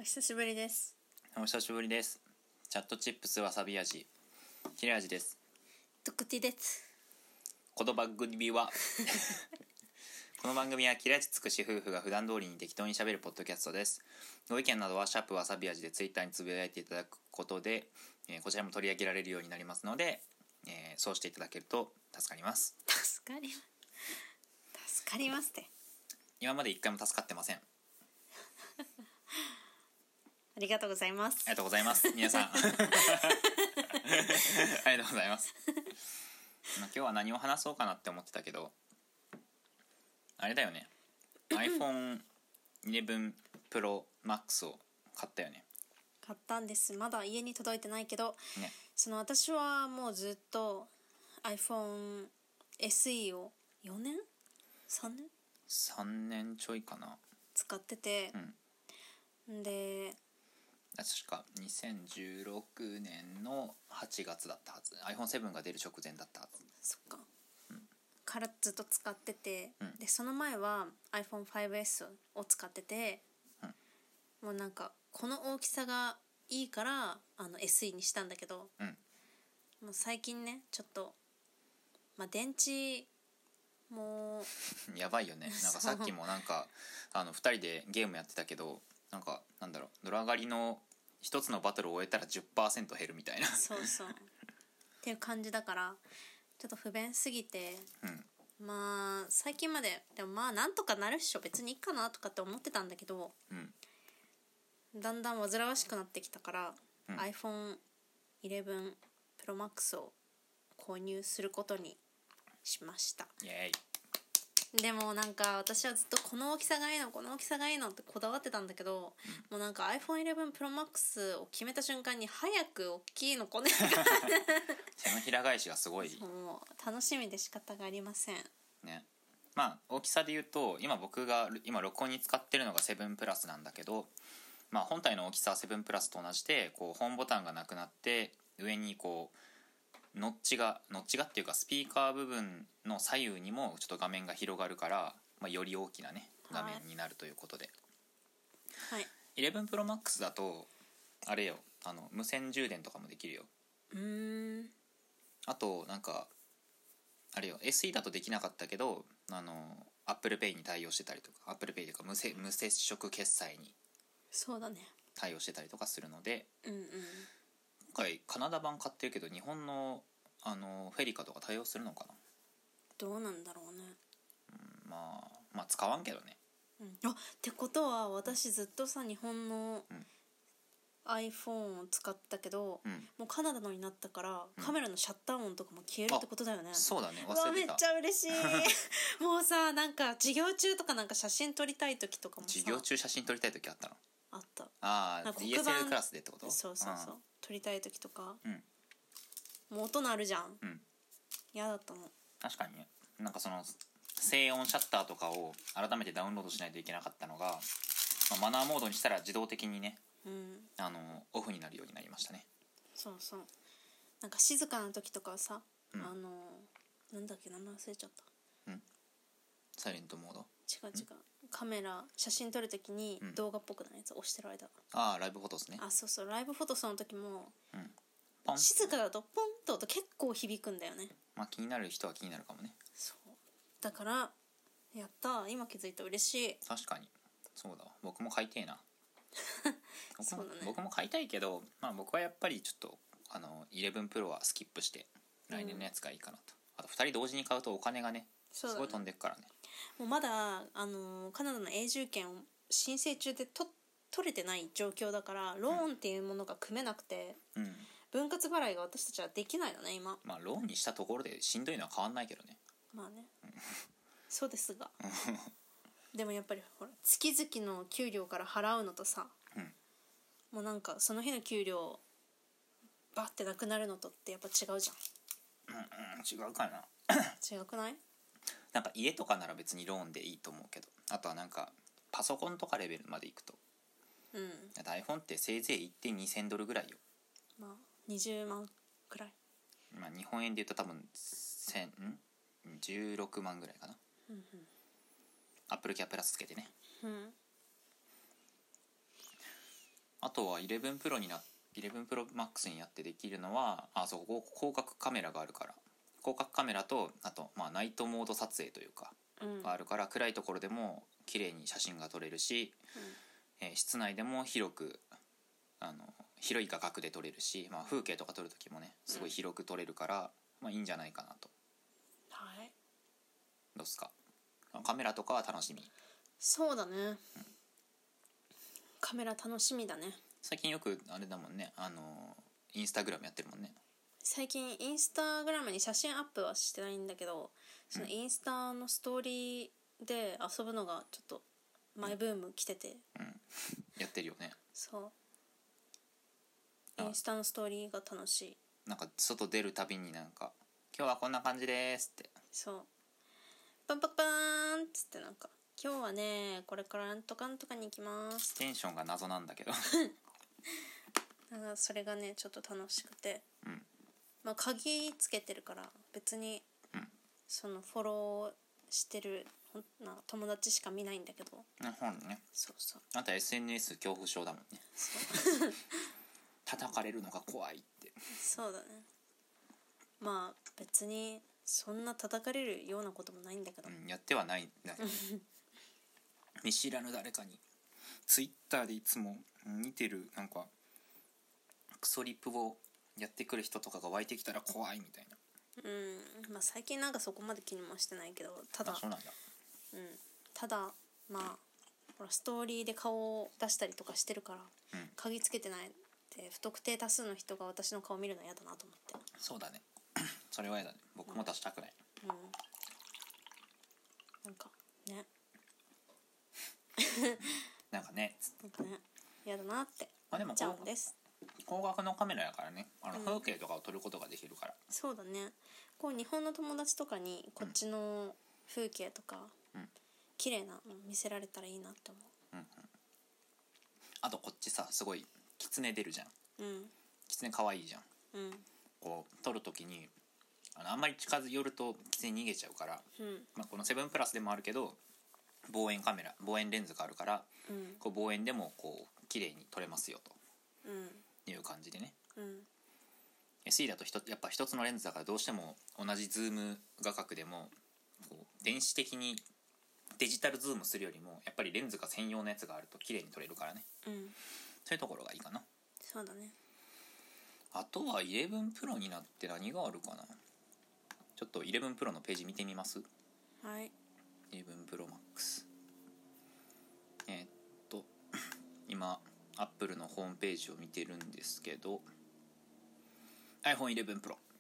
久しぶりです。 お久しぶりです。チャットチップスわさび味切れ味です。 トクティです。 この番組は切れ味つくし夫婦が普段通りに適当に喋るポッドキャストです。ご意見などはシャープわさび味でツイッターにつぶやいていただくことで、こちらも取り上げられるようになりますので、そうしていただけると助かります。 助かりますって。 今まで一回も助かってません。 ありがとうございます。 ありがとうございます皆さんありがとうございます。今日は何を話そうかなって思ってたけど、あれだよねiPhone 11 Pro Max を買ったよね。 買ったんです。まだ家に届いてないけど、 ね、 私はもうずっと iPhone SE を4年 3年ちょいかな使ってて、で確か2016年の8月だったはず。 iPhone7 が出る直前だったはず。 そっか、からずっと使ってて、でその前は iPhone5S を使ってて、もうなんかこの大きさがいいからSE にしたんだけど、もう最近ねちょっと、電池もうやばいよね。なんかさっきもなんか2人でゲームやってたけど、なんだろう、ドラ狩りの一つのバトルを終えたら 10% 減るみたいなそうっていう感じだからちょっと不便すぎて、最近まででもなんとかなるっしょ、別にいいかなとかって思ってたんだけど、だんだん煩わしくなってきたから、iPhone 11 Pro Max を購入することにしました。 イエーイ。 でもなんか私はずっとこの大きさがいいのってこだわってたんだけど、もうなんか iPhone 11 Pro Max を決めた瞬間に早く大きいのこね手のひら返しがすごい。 もう楽しみで仕方がありませんね。大きさで言うと僕が今録音に使ってるのが7プラスなんだけど、本体の大きさは7プラスと同じで、こうホームボタンがなくなって上にこうノッチがっていうかスピーカー部分の左右にもちょっと画面が広がるから、より大きなね画面になるということで、 はい、 11 Pro Max だとあれよ、無線充電とかもできるよ。あとなんかあれよ、 SE だとできなかったけどApple Pay に対応してたりとか、Apple Pay というか無接触決済にそうだね対応してたりとかするので、今回カナダ版買ってるけど日本のフェリカとか対応するのかな。 どうなんだろうね。 使わんけどね。 ってことは私ずっとさ日本の iPhone を使ったけど、もうカナダのになったからカメラのシャッター音とかも消えるってことだよね。 そうだね、忘れてた。 めっちゃ嬉しいもうさ、なんか授業中とかなんか写真撮りたい時とかもさ、 授業中写真撮りたい時あったの？ あった。 ESL クラスでってこと？ そう、撮りたい時とか、もう音鳴るじゃん。嫌だったの。確かにね。なんかその静音シャッターとかを改めてダウンロードしないといけなかったのが、マナーモードにしたら自動的にね、オフになるようになりましたね。 そうなんか静かな時とかはさ、なんだっけ、名前忘れちゃった。 サイレントモード？ 違う、カメラ写真撮る時に動画っぽくないやつ押してる間、 ライブフォトスね。 そうライブフォトスの時も、静かだとポンと音結構響くんだよね。 気になる人は気になるかもね。 そうだからやった、今気づいた、嬉しい。 確かにそうだわ、僕も買いたいなそうだね、 僕も買いたいけど、僕はやっぱりちょっと11 Pro はスキップして来年のやつがいいかなと。あと2人同時に買うとお金がねすごい飛んでくからね。 もうまだカナダの永住権を申請中で取れてない状況だからローンっていうものが組めなくて、分割払いが私たちはできないのね今。 ローンにしたところでしんどいのは変わんないけどね。 そうですがでもやっぱりほら月々の給料から払うのとさ、もうなんかその日の給料バッてなくなるのとってやっぱ違うじゃん。 違うかな違くない？ なんか家とかなら別にローンでいいと思うけど、あとはなんかパソコンとかレベルまでいくと、iPhone ってせいぜい1点2000ドルぐらいよ。 20万くらい。 日本円で言うと多分16万ぐらいかな。アップルキャプラスつけてね。 あとは11 Pro に11 Pro Max になってできるのはそう広角カメラがあるから、広角カメラとあと、ナイトモード撮影というか、があるから暗いところでも綺麗に写真が撮れるし、室内でも広い画角で撮れるし、風景とか撮る時もねすごい広く撮れるから、いいんじゃないかなと。 はい。 どうっすか、カメラとかは楽しみ？ そうだね、カメラ楽しみだね。 最近よくあれだもんね、インスタグラムやってるもんね。 最近インスタグラムに写真アップはしてないんだけど、そのインスタのストーリーで遊ぶのがちょっとマイブーム来てて、 やってるよね。 そうインスタのストーリーが楽しい。 なんか外出るたびになんか今日はこんな感じですって、 そうパンパンパーンっつって、なんか今日はねこれからなんとかなんとかに行きますテンションが謎なんだけどなんかそれがねちょっと楽しくて、鍵つけてるから別に、そのフォローしてる友達しか見ないんだけど、 ね。 そうそう、 あと SNS 恐怖症だもんね。 そう叩かれるのが怖いって。 そうだね。別にそんな叩かれるようなこともないんだけど、 やってはないんだけど見知らぬ誰かにツイッターでいつも見てるなんかクソリップをやってくる人とかが湧いてきたら怖いみたいな。 最近なんかそこまで気にもしてないけど、ただそうなんだ。 ただほらストーリーで顔を出したりとかしてるから、鍵つけてないって不特定多数の人が私の顔見るの嫌だなと思って。 そうだねそれは嫌だね。僕も出したくない。 なんかねなんかね嫌だなってでもちゃうんです。 広角のカメラやからね、風景とかを撮ることができるから。 そうだね。こう日本の友達とかにこっちの風景とか、綺麗なの見せられたらいいなって思う。 あとこっちさすごいキツネ出るじゃん。キツネかわいいじゃん。こう撮るときにあんまり近寄るとキツネ逃げちゃうから、この7プラスでもあるけど望遠レンズがあるから、こう望遠でもこう綺麗に撮れますよという感じでね。SE だとやっぱ一つのレンズだからどうしても同じズーム画角でもこう電子的にデジタルズームするよりもやっぱりレンズが専用のやつがあると綺麗に撮れるからね。そういうところがいいかな。 そうだね。 あとは11 Pro になって何があるかな。ちょっと11 Pro のページ見てみます。 はい。 11 Pro Max。今 Apple のホームページを見てるんですけど、iPhone 11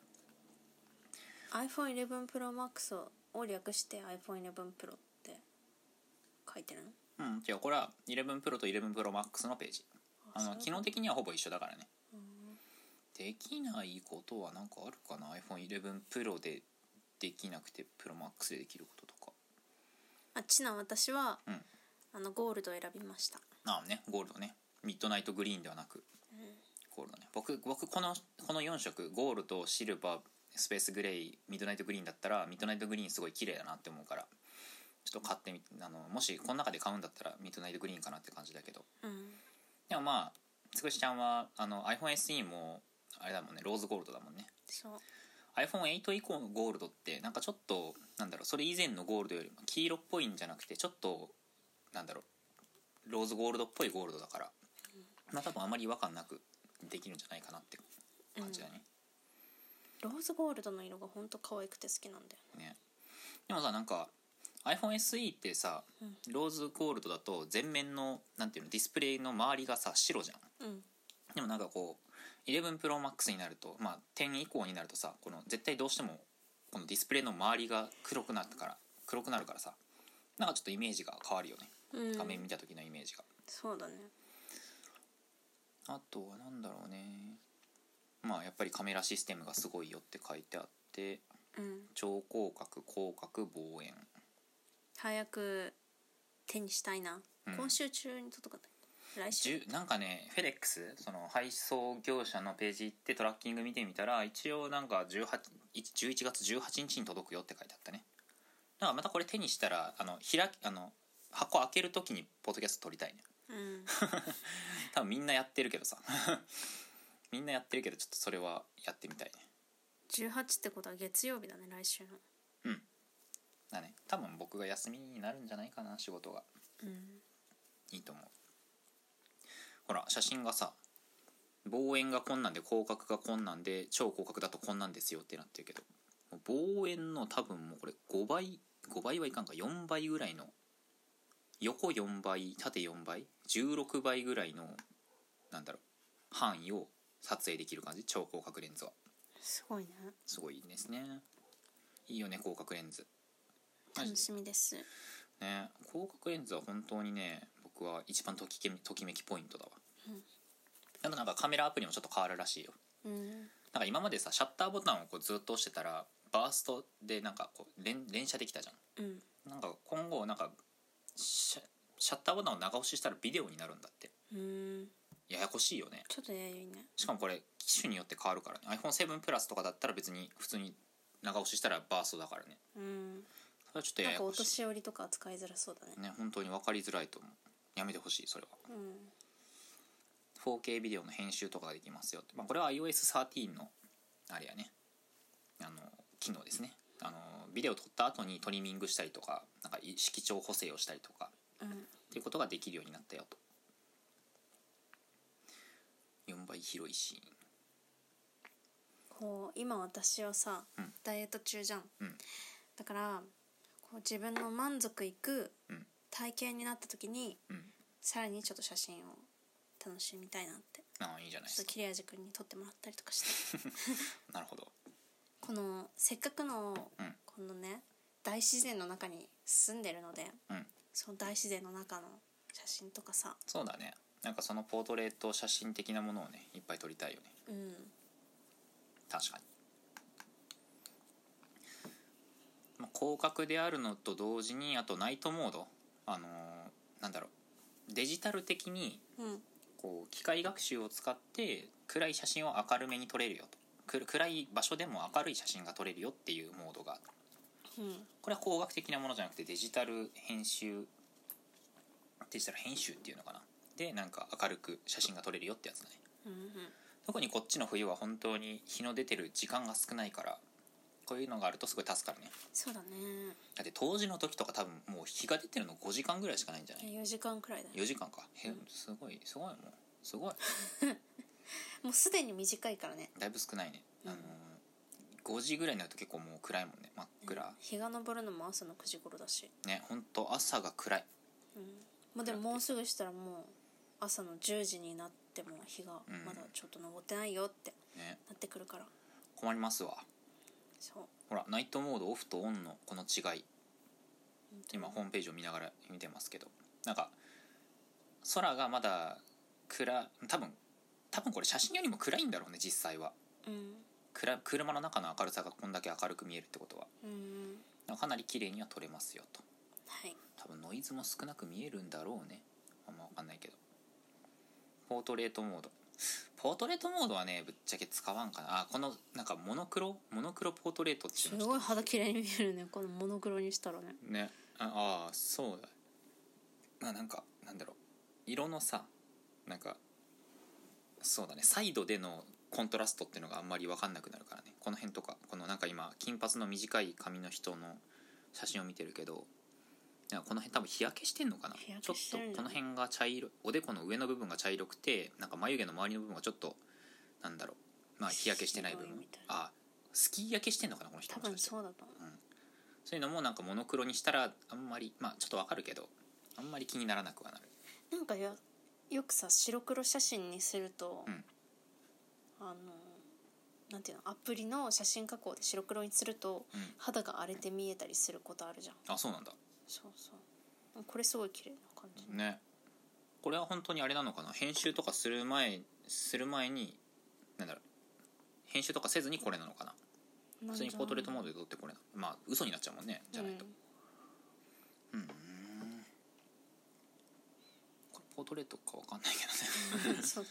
Pro。iPhone 11 Pro Max を略して iPhone 11 Pro って書いてるの？ 違う、これは11 Pro と11 Pro Max のページ。機能的にはほぼ一緒だからね。できないことは何かあるかな。 iPhone 11 Pro でできなくて Pro Max でできることとか。 私は、ゴールドを選びました。 ゴールドね。ミッドナイトグリーンではなく、ゴールドね。僕この4色ゴールド、シルバー、スペースグレイ、ミッドナイトグリーンだったらミッドナイトグリーンすごい綺麗だなって思うからちょっと買ってみて、もしこの中で買うんだったらミッドナイトグリーンかなって感じだけど、でもつくしちゃんはiPhone SE もあれだもんね、ローズゴールドだもんね。 そう。 iPhone8 以降のゴールドってなんかちょっとそれ以前のゴールドよりも黄色っぽいんじゃなくてちょっとローズゴールドっぽいゴールドだから、多分あまり違和感なくできるんじゃないかなって感じだね。 ローズゴールドの色がほんと可愛くて好きなんだよね。でもさ、なんか iPhone SE ってさ、ローズゴールドだと前面のディスプレイの周りがさ白じゃん。でもなんかこう11 Pro Max になると、10以降になるとさ、この絶対どうしてもこのディスプレイの周りが黒くなるからさ、なんかちょっとイメージが変わるよね。画面見た時のイメージが。 そうだね。 あとはなんだろうね。やっぱりカメラシステムがすごいよって書いてあって、超広角、広角、望遠。 早く手にしたいな。今週中に届くんだ。来週なんかね、フェデックスその配送業者のページ行ってトラッキング見てみたら、一応なんか11月18日に届くよって書いてあったね。だからまたこれ手にしたら箱開ける時にポッドキャスト撮りたいね。 多分みんなやってるけどさみんなやってるけど、ちょっとそれはやってみたいね。 18ってことは月曜日だね、来週の。 うんだね。多分僕が休みになるんじゃないかな、仕事が。いいと思う。ほら写真がさ、望遠がこんなんで広角がこんなんで超広角だとこんなんですよってなってるけど、望遠の多分もうこれ5倍はいかんか、4倍ぐらいの、横4倍縦4倍16倍ぐらいのなんだろう範囲を撮影できる感じ、超広角レンズは。 すごいね。 すごいですね。いいよね広角レンズ。 楽しみですね。広角レンズは本当にね、僕は一番ときめきポイントだわ。でもなんかカメラアプリもちょっと変わるらしいよ。なんか今までさシャッターボタンをこうずっと押してたらバーストでなんかこう連写できたじゃん。なんか今後なんかシャッターボタンを長押ししたらビデオになるんだって。ややこしいよね。 ちょっとややいいね。 しかもこれ機種によって変わるからね。 iPhone7 プラスとかだったら別に普通に長押ししたらバーストだからね。それはちょっとややこしい。 なんかお年寄りとか使いづらそうだね。 ね、本当に分かりづらいと思う。やめてほしいそれは。4K ビデオの編集とかができますよって、これは iOS13 のあれやね、機能ですね。ビデオを撮った後にトリミングしたりとか、なんか色調補正をしたりとか、っていうことができるようになったよと。4倍広いし、 こう今私はさ、ダイエット中じゃん、だからこう自分の満足いく体型になった時に、さらにちょっと写真を楽しみたいなって。 いいじゃないですか。 ちょっと切れ味君に撮ってもらったりとかしてなるほど。 このせっかくの、このね大自然の中に住んでるので、その大自然の中の写真とかさ。 そうだね。なんかそのポートレート写真的なものをねいっぱい撮りたいよね。確かに。広角であるのと同時に、あとナイトモード、なんだろう、デジタル的にこう機械学習を使って暗い写真を明るめに撮れるよと、暗い場所でも明るい写真が撮れるよっていうモードがある。これは工学的なものじゃなくてデジタル編集っていうのかな、でなんか明るく写真が撮れるよってやつだね。特にこっちの冬は本当に日の出てる時間が少ないから、こういうのがあるとすごい助かるね。 そうだね。 だって冬至の時とか多分もう日が出てるの5時間ぐらいしかないんじゃない？ 4時間くらいだね。 4時間か。すごいもうすごいもうすでに短いからね。 だいぶ少ないね。5時ぐらいになると結構もう暗いもんね、真っ暗。 日が昇るのも朝の9時頃だしね、ほんと朝が暗い。 でももうすぐしたらもう朝の10時になっても日がまだちょっと昇ってないよってなってくるから、 困りますわ。 そうほらナイトモードオフとオンのこの違い、今ホームページを見ながら見てますけど、なんか空がまだ多分これ写真よりも暗いんだろうね実際は。車の中の明るさがこんだけ明るく見えるってことは、かなり綺麗には撮れますよと。多分ノイズも少なく見えるんだろうね。あんま分かんないけど。ポートレートモードはねぶっちゃけ使わんかな。このなんかモノクロポートレートっていうのすごい肌綺麗に見えるね、このモノクロにしたらね。 そうだ。なんかなんだろう、色のさ、なんかそうだね、サイドでのコントラストっていうのがあんまり分かんなくなるからね。この辺とか、このなんか今金髪の短い髪の人の写真を見てるけど、この辺多分日焼けしてんのかな。ちょっとこの辺が茶色、おでこの上の部分が茶色くて、なんか眉毛の周りの部分がちょっとなんだろう、日焼けしてない部分、スキー焼けしてんのかなこの人。 多分そうだと思う。 そういうのもなんかモノクロにしたらあんまりちょっとわかるけど、あんまり気にならなくはなる。 なんかよくさ白黒写真にすると、なんていうの、アプリの写真加工で白黒にすると、肌が荒れて見えたりすることあるじゃん。 そうなんだ。 そうこれすごい綺麗な感じね。これは本当にあれなのかな、編集とかする前になんだろう、編集とかせずにこれなのかな。普通にポートレートモードで撮ってこれな、嘘になっちゃうもんね、じゃないと。これポートレートか分かんないけどねそう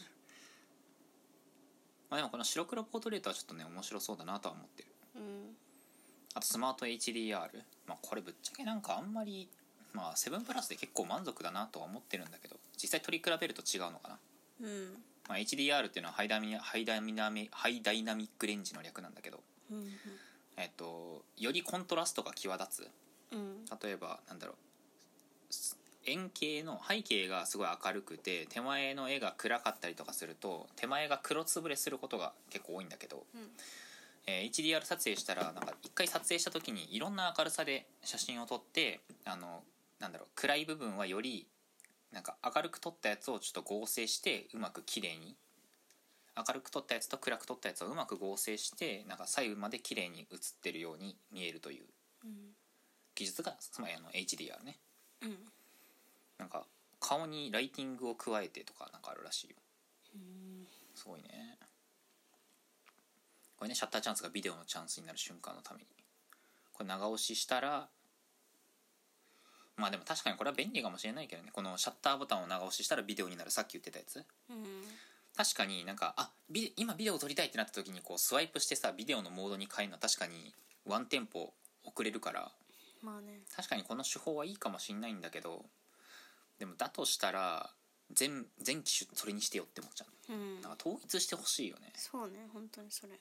でもこの白黒ポートレートはちょっとね面白そうだなとは思ってる。あとスマート HDR、これぶっちゃけなんかあんまり7プラスで結構満足だなとは思ってるんだけど、実際取り比べると違うのかな。 まあ、HDR っていうのはハイダイナミックレンジの略なんだけど、よりコントラストが際立つ、例えばなんだろう、円形の背景がすごい明るくて手前の絵が暗かったりとかすると手前が黒つぶれすることが結構多いんだけど、HDR 撮影したらなんか一回撮影した時にいろんな明るさで写真を撮ってなんだろう、暗い部分はよりなんか明るく撮ったやつをちょっと合成してうまく綺麗に、明るく撮ったやつと暗く撮ったやつをうまく合成してなんか細部まで綺麗に写ってるように見えるという技術がつまりHDR ね。なんか顔にライティングを加えてとかなんかあるらしいよ。すごいね。これね、シャッターチャンスがビデオのチャンスになる瞬間のためにこれ長押ししたら、まあでも確かにこれは便利かもしれないけどね、このシャッターボタンを長押ししたらビデオになる、さっき言ってたやつ、確かになんか今ビデオを撮りたいってなった時にこうスワイプしてさビデオのモードに変えるのは確かにワンテンポ遅れるから、 まあね、 確かにこの手法はいいかもしれないんだけど、でもだとしたら全機種それにしてよって思っちゃう、なんか統一してほしいよね。 そうね、本当にそれ、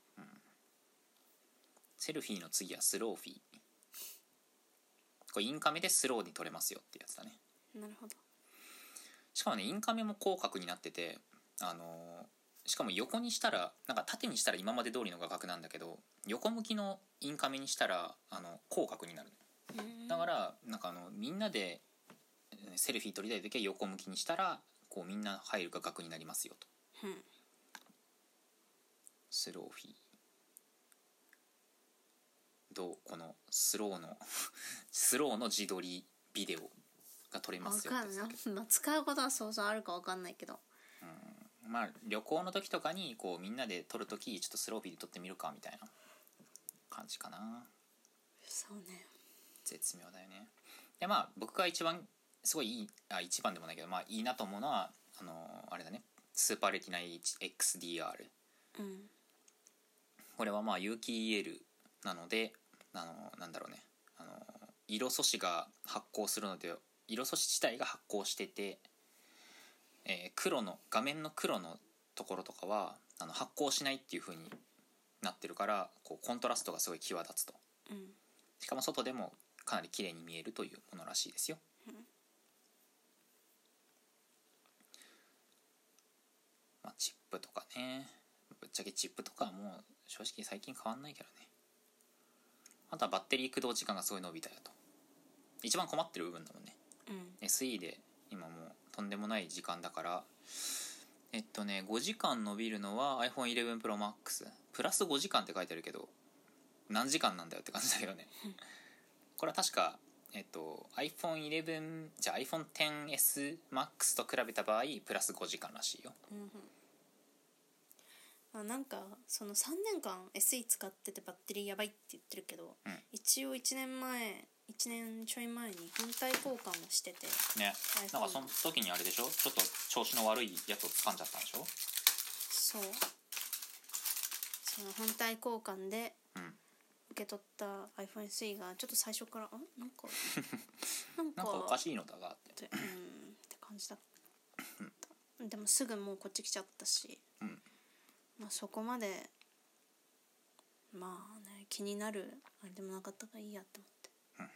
セルフィーの次はスローフィー、これインカメでスローに撮れますよってやつだね。 なるほど。 しかもねインカメも広角になってて、しかも横にしたらなんか縦にしたら今まで通りの画角なんだけど、横向きのインカメにしたら広角になる。だからなんかみんなでセルフィー撮りたい時は横向きにしたらこうみんな入る画角になりますよと、スローフィーどう、このスローの自撮りビデオが撮れますよってやつだけど、 使うことはそうそうあるか分かんないけど、 まあ旅行の時とかにこうみんなで撮る時ちょっとスローフィーで撮ってみるかみたいな感じかな。 そうね、 絶妙だよね。でまあ僕が一番すごい一番でもないけどまあいいなと思うのはあれだね、スーパーレティナ XDR、これはまあ有機 EL なのでなんだろうね、色素子が発光するので色素子自体が発光してて、画面の黒のところとかは発光しないっていう風になってるからこうコントラストがすごい際立つと、しかも外でもかなり綺麗に見えるというものらしいですよ。まあチップとかね、ぶっちゃけチップとかはもう正直最近変わんないけどね。あとはバッテリー駆動時間がすごい伸びたよと、一番困ってる部分だもんね、SE で今もうとんでもない時間だから5時間伸びるのは iPhone11 Pro Max プラス5時間って書いてあるけど何時間なんだよって感じだけどねこれは確かiPhone11 じゃあ iPhone XS Max と比べた場合プラス5時間らしいよ。 なんかその3年間 SE 使っててバッテリーやばいって言ってるけど、一応1年ちょい前に本体交換をしててね、なんかその時にあれでしょ、ちょっと調子の悪いやつを掴んじゃったんでしょ。 そう、その本体交換で受け取った iPhone SE がちょっと最初からなんかなんかおかしいのだがってって感じだったでもすぐもうこっち来ちゃったし、まあそこまでまあね気になるあれでもなかったからいいやって思って、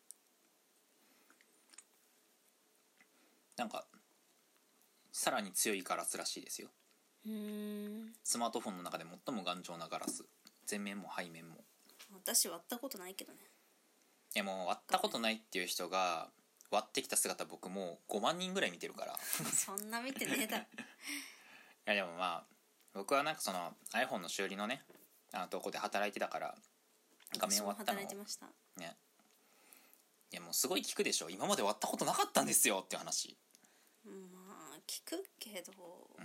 なんかさらに強いガラスらしいですよ。スマートフォンの中で最も頑丈なガラス、前面も背面も。 私割ったことないけどね。 いやもう割ったことないっていう人が割ってきた姿僕もう5万人ぐらい見てるからそんな見てねえだろいやでもまあ僕はなんかその iPhone の修理のねとこで働いてたから画面割ったの私も働いてましたね。いやもうすごい聞くでしょ、今まで割ったことなかったんですよっていう話。 まあ聞くけど、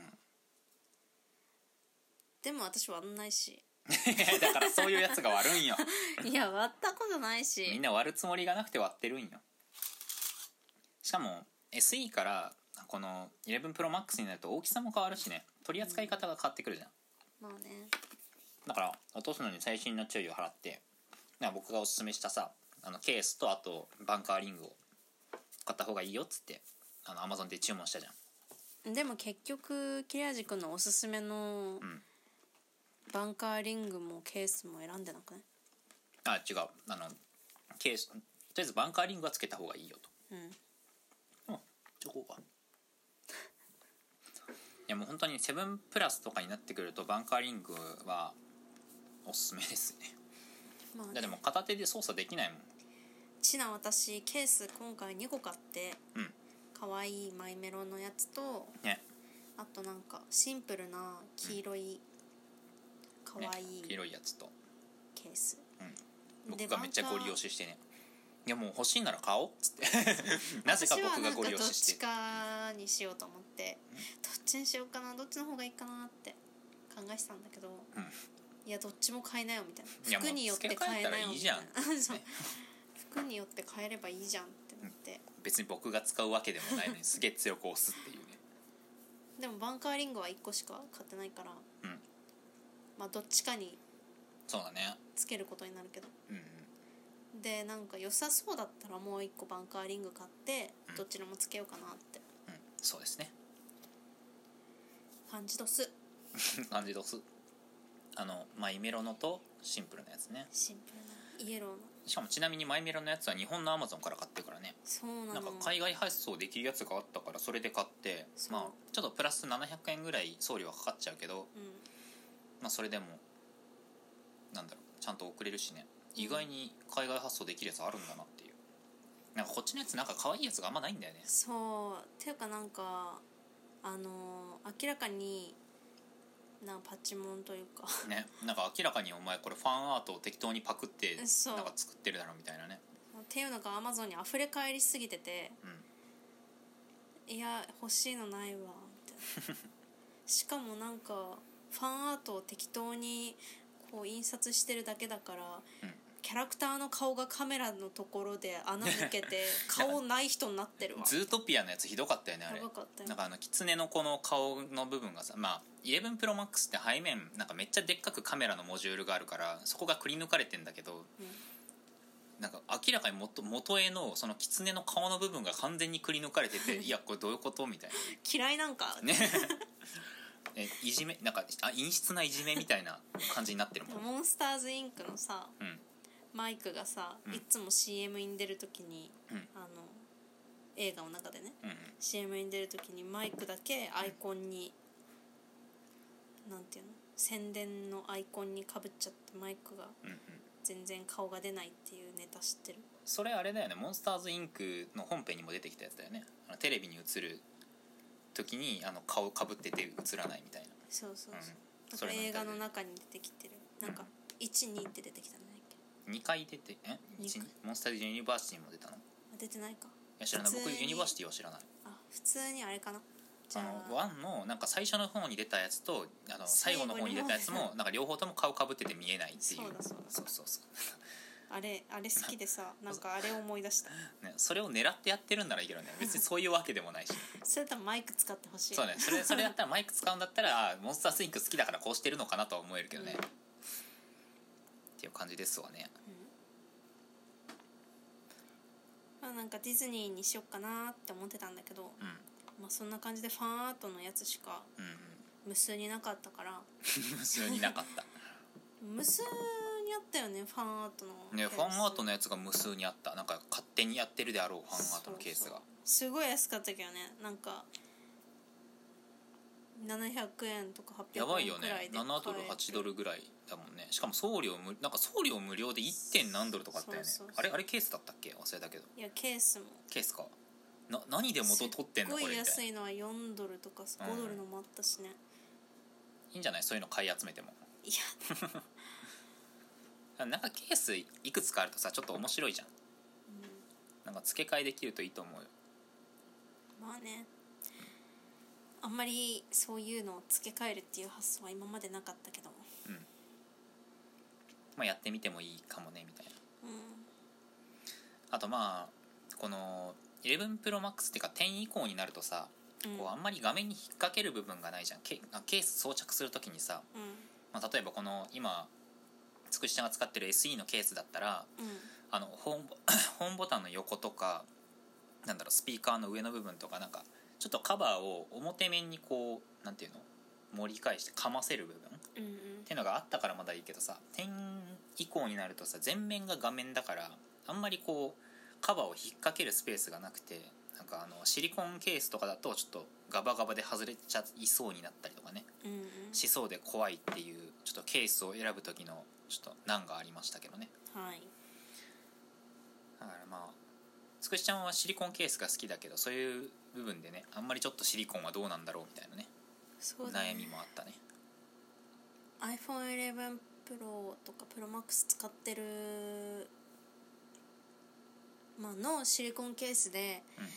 でも私割んないしだからそういうやつが割るんよいや割ったことないし、 みんな割るつもりがなくて割ってるんよ。しかも SE からこの11 Pro Max になると大きさも変わるしね、取り扱い方が変わってくるじゃん。 まあね、 だから落とすのに最新の注意を払って僕がおすすめしたさケースとあとバンカーリングを買った方がいいよっつってAmazon で注文したじゃん。 でも結局切れ味くんのおすすめのバンカーリングもケースも選んでなくない？ あ、違う、ケースとりあえずバンカーリングはつけた方がいいよと。チョコか。いやもう本当にセブンプラスとかになってくるとバンカーリングはおすすめですね。 まあね、 でも片手で操作できないもん。 私ケース今回2個買って、かわいいマイメロのやつと、 ね、 あとなんかシンプルな黄色いかわいい黄色いやつとケース、 僕がめっちゃご利用ししてね、いやもう欲しいなら買おうっつってなぜか僕がご利用しして、 私はなんかどっちかにしようと思って、どっちにしようかな、どっちの方がいいかなって考えてたんだけど、いやどっちも買えなよみたいな、服によって買えなよみたいな服によって買えればいいじゃんって思って、 別に僕が使うわけでもないのにすげえ強く押すっていうねでもバンカーリングは1個しか買ってないから、まあどっちかにそうだね、 つけることになるけど、でなんか良さそうだったらもう1個バンカーリング買ってどっちにもつけようかなって、 そうですね、 感じどす感じどす。マイメロのとシンプルなやつね。 シンプルなイエローの。 しかもちなみにマイメロのやつは日本のアマゾンから買ってるからね。 そうなの。 なんか海外配送できるやつがあったからそれで買って、まあちょっとプラス700円ぐらい送料はかかっちゃうけど、まあそれでもなんだろう、ちゃんと送れるしね、意外に海外発送できるやつあるんだなっていう。なんかこっちのやつなんか可愛いやつがあんまないんだよね。 そうっていうかなんか明らかにパチモンというかね、なんか明らかにお前これファンアートを適当にパクってなんか作ってるだろみたいなね。 っていうのがアマゾンに溢れ返りすぎてて、いや欲しいのないわみたいなしかもなんかファンアートを適当にこう印刷してるだけだから、キャラクターの顔がカメラのところで穴抜けて顔ない人になってるわズートピアのやつひどかったよね、あれ。 やばかったよ。 なんかキツネのこの顔の部分がさ、まあ11 Pro Max って背面なんかめっちゃでっかくカメラのモジュールがあるからそこがくり抜かれてんだけど、なんか明らかに元絵のそのキツネの顔の部分が完全にくり抜かれてていやこれどういうことみたいな嫌いなんかねいじめなんか陰湿ないじめみたいな感じになってるもん。 モンスターズインクのさ、マイクがさ、いつも CM に出るときに、映画の中でね、CM に出るときにマイクだけアイコンに、なんていうの、宣伝のアイコンにかぶっちゃってマイクが全然顔が出ないっていうネタ知ってる？ それあれだよね、モンスターズインクの本編にも出てきたやつだよね。テレビに映る時に顔かぶってて映らないみたいな。 そうそうそう、映画の中に出てきてる、なんか 1,2 って出てきたんだっけ ？2回出てモンスターズユニバーシティも出たの？ 出てないか。 いや知らない、僕ユニバーシティは知らない。 普通にあれかな。 1のなんか最初の方に出たやつと最後の方に出たやつもなんか両方とも顔かぶってて見えないっていう。そうあれ好きでさ、なんかあれを思い出した、 ね、それを狙ってやってるんならいいけどね、別にそういうわけでもないしそれとマイク使ってほしい。 そうね、それだったらマイク使うんだったらモンスターズインク好きだからこうしてるのかなとは思えるけどね、っていう感じですわね。 まあなんかディズニーにしよっかなって思ってたんだけど、まあそんな感じでファンアートのやつしか無数になかったから無数になかった無数にあったよね、ファンアートのね。ファンアートのやつが無数にあった。なんか勝手にやってるであろうファンアートのケースがすごい安かったけどね、なんか700円とか800円くらいで買えて。 やばいよね、7ドル8ドルぐらいだもんね。しかも送料無料で 1. 何ドルとかあったよね。あれケースだったっけ、忘れたけど。 いやケースか何で元取ってんのこれみたいな。 すっごい安いのは4ドルとか5ドルのもあったしね、 いいんじゃない、そういうの買い集めても。 いやなんかケースいくつかあるとさちょっと面白いじゃん、なんか付け替えできるといいと思うよ。 まあね、あんまりそういうのを付け替えるっていう発想は今までなかったけど、 まあやってみてもいいかもねみたいな。あとまあこの11 Pro Max っていうか10以降になるとさ、こうあんまり画面に引っ掛ける部分がないじゃん。ケース装着するときにさ、まあ、例えばこの今つくしちゃんが使ってる SE のケースだったら、ホームボタンの横とかなんだろう、スピーカーの上の部分とかなんかちょっとカバーを表面にこうなんていうの盛り返してかませる部分、っていうのがあったからまだいいけどさ、10以降になるとさ全面が画面だからあんまりこうカバーを引っ掛けるスペースがなくて、なんかシリコンケースとかだとちょっとガバガバで外れちゃいそうになったりとかね、しそうで怖いっていうちょっとケースを選ぶ時のちょっと難がありましたけどね。 はい。 だからまあつくしちゃんはシリコンケースが好きだけど、そういう部分でねあんまりちょっとシリコンはどうなんだろうみたいなね、 そうだね、 悩みもあったね。 iPhone 11 Pro とか Pro Max 使ってる、のシリコンケースで、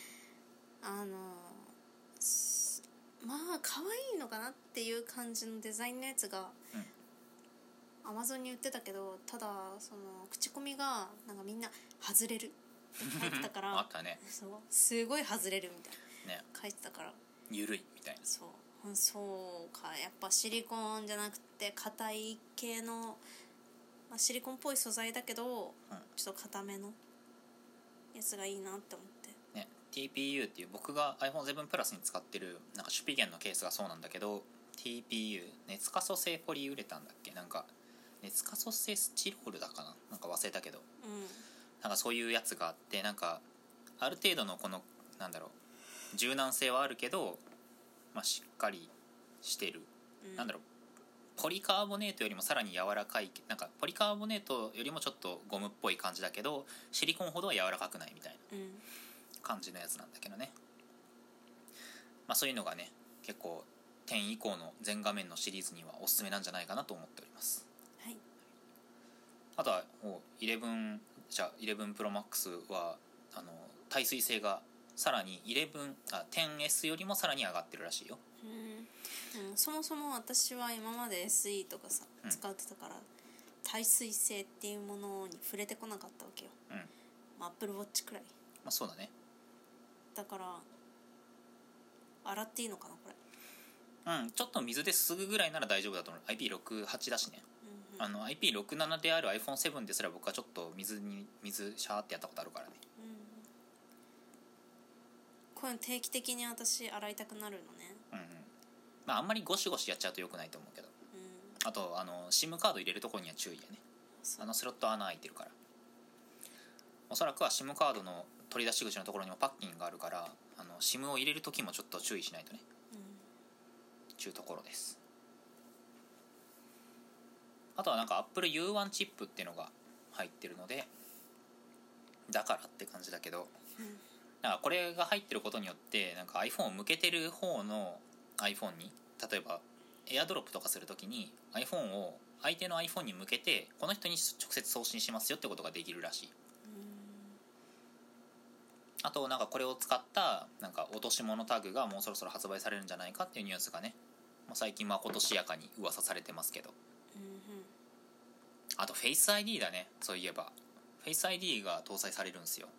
まあ可愛いのかなっていう感じのデザインのやつが、Amazon に売ってたけど、ただその口コミがなんかみんな外れるって書いてたからあったね。 そうすごい外れるみたいな、 ね、 書いてたからゆるいみたいな。 そうか、やっぱシリコンじゃなくて硬い系の、シリコンっぽい素材だけど、ちょっと硬めのやつがいいなって思ってね。 TPU っていう僕が iPhone7 プラスに使ってるなんかシュピゲンのケースがそうなんだけど、 TPU 熱可塑性ポリウレタンだっけ、なんか熱可塑性スチロールだかな、なんか忘れたけど、なんかそういうやつがあって、なんかある程度のこのなんだろう柔軟性はあるけど、しっかりしてる、なんだろうポリカーボネートよりもさらに柔らかい、なんかポリカーボネートよりもちょっとゴムっぽい感じだけどシリコンほどは柔らかくないみたいな感じのやつなんだけどね。そういうのがね結構10以降の全画面のシリーズにはおすすめなんじゃないかなと思っております。 はい。 あとは11 Pro Max は耐水性がさらに10S よりもさらに上がってるらしいよ。 そもそも私は今まで SE とかさ使ってたから、耐水性っていうものに触れてこなかったわけよ。Apple Watch くらい。 そうだね。 だから洗っていいのかなこれ。 ちょっと水ですぐぐらいなら大丈夫だと思う。 IP68 だしね。IP67 である iPhone7 ですら僕はちょっと水シャーってやったことあるからね。 こういうの定期的に私洗いたくなるのね。 あんまりゴシゴシやっちゃうと良くないと思うけど、あとSIM カード入れるところには注意やね。スロット穴開いてるから。おそらくは SIM カードの取り出し口のところにもパッキンがあるから、SIM を入れる時もちょっと注意しないとね、ちゅうところです。あとはなんか Apple U1 チップっていうのが入ってるので、だからって感じだけど、なんかこれが入ってることによってなんか iPhone を向けてる方の iPhone に、例えば AirDrop とかするときに iPhone を相手の iPhone に向けてこの人に直接送信しますよってことができるらしい。あとなんかこれを使ったなんか落とし物タグがもうそろそろ発売されるんじゃないかっていうニュースがね、最近まことしやかに噂されてますけど、あと Face ID だね。そういえば Face ID が搭載されるんですよ。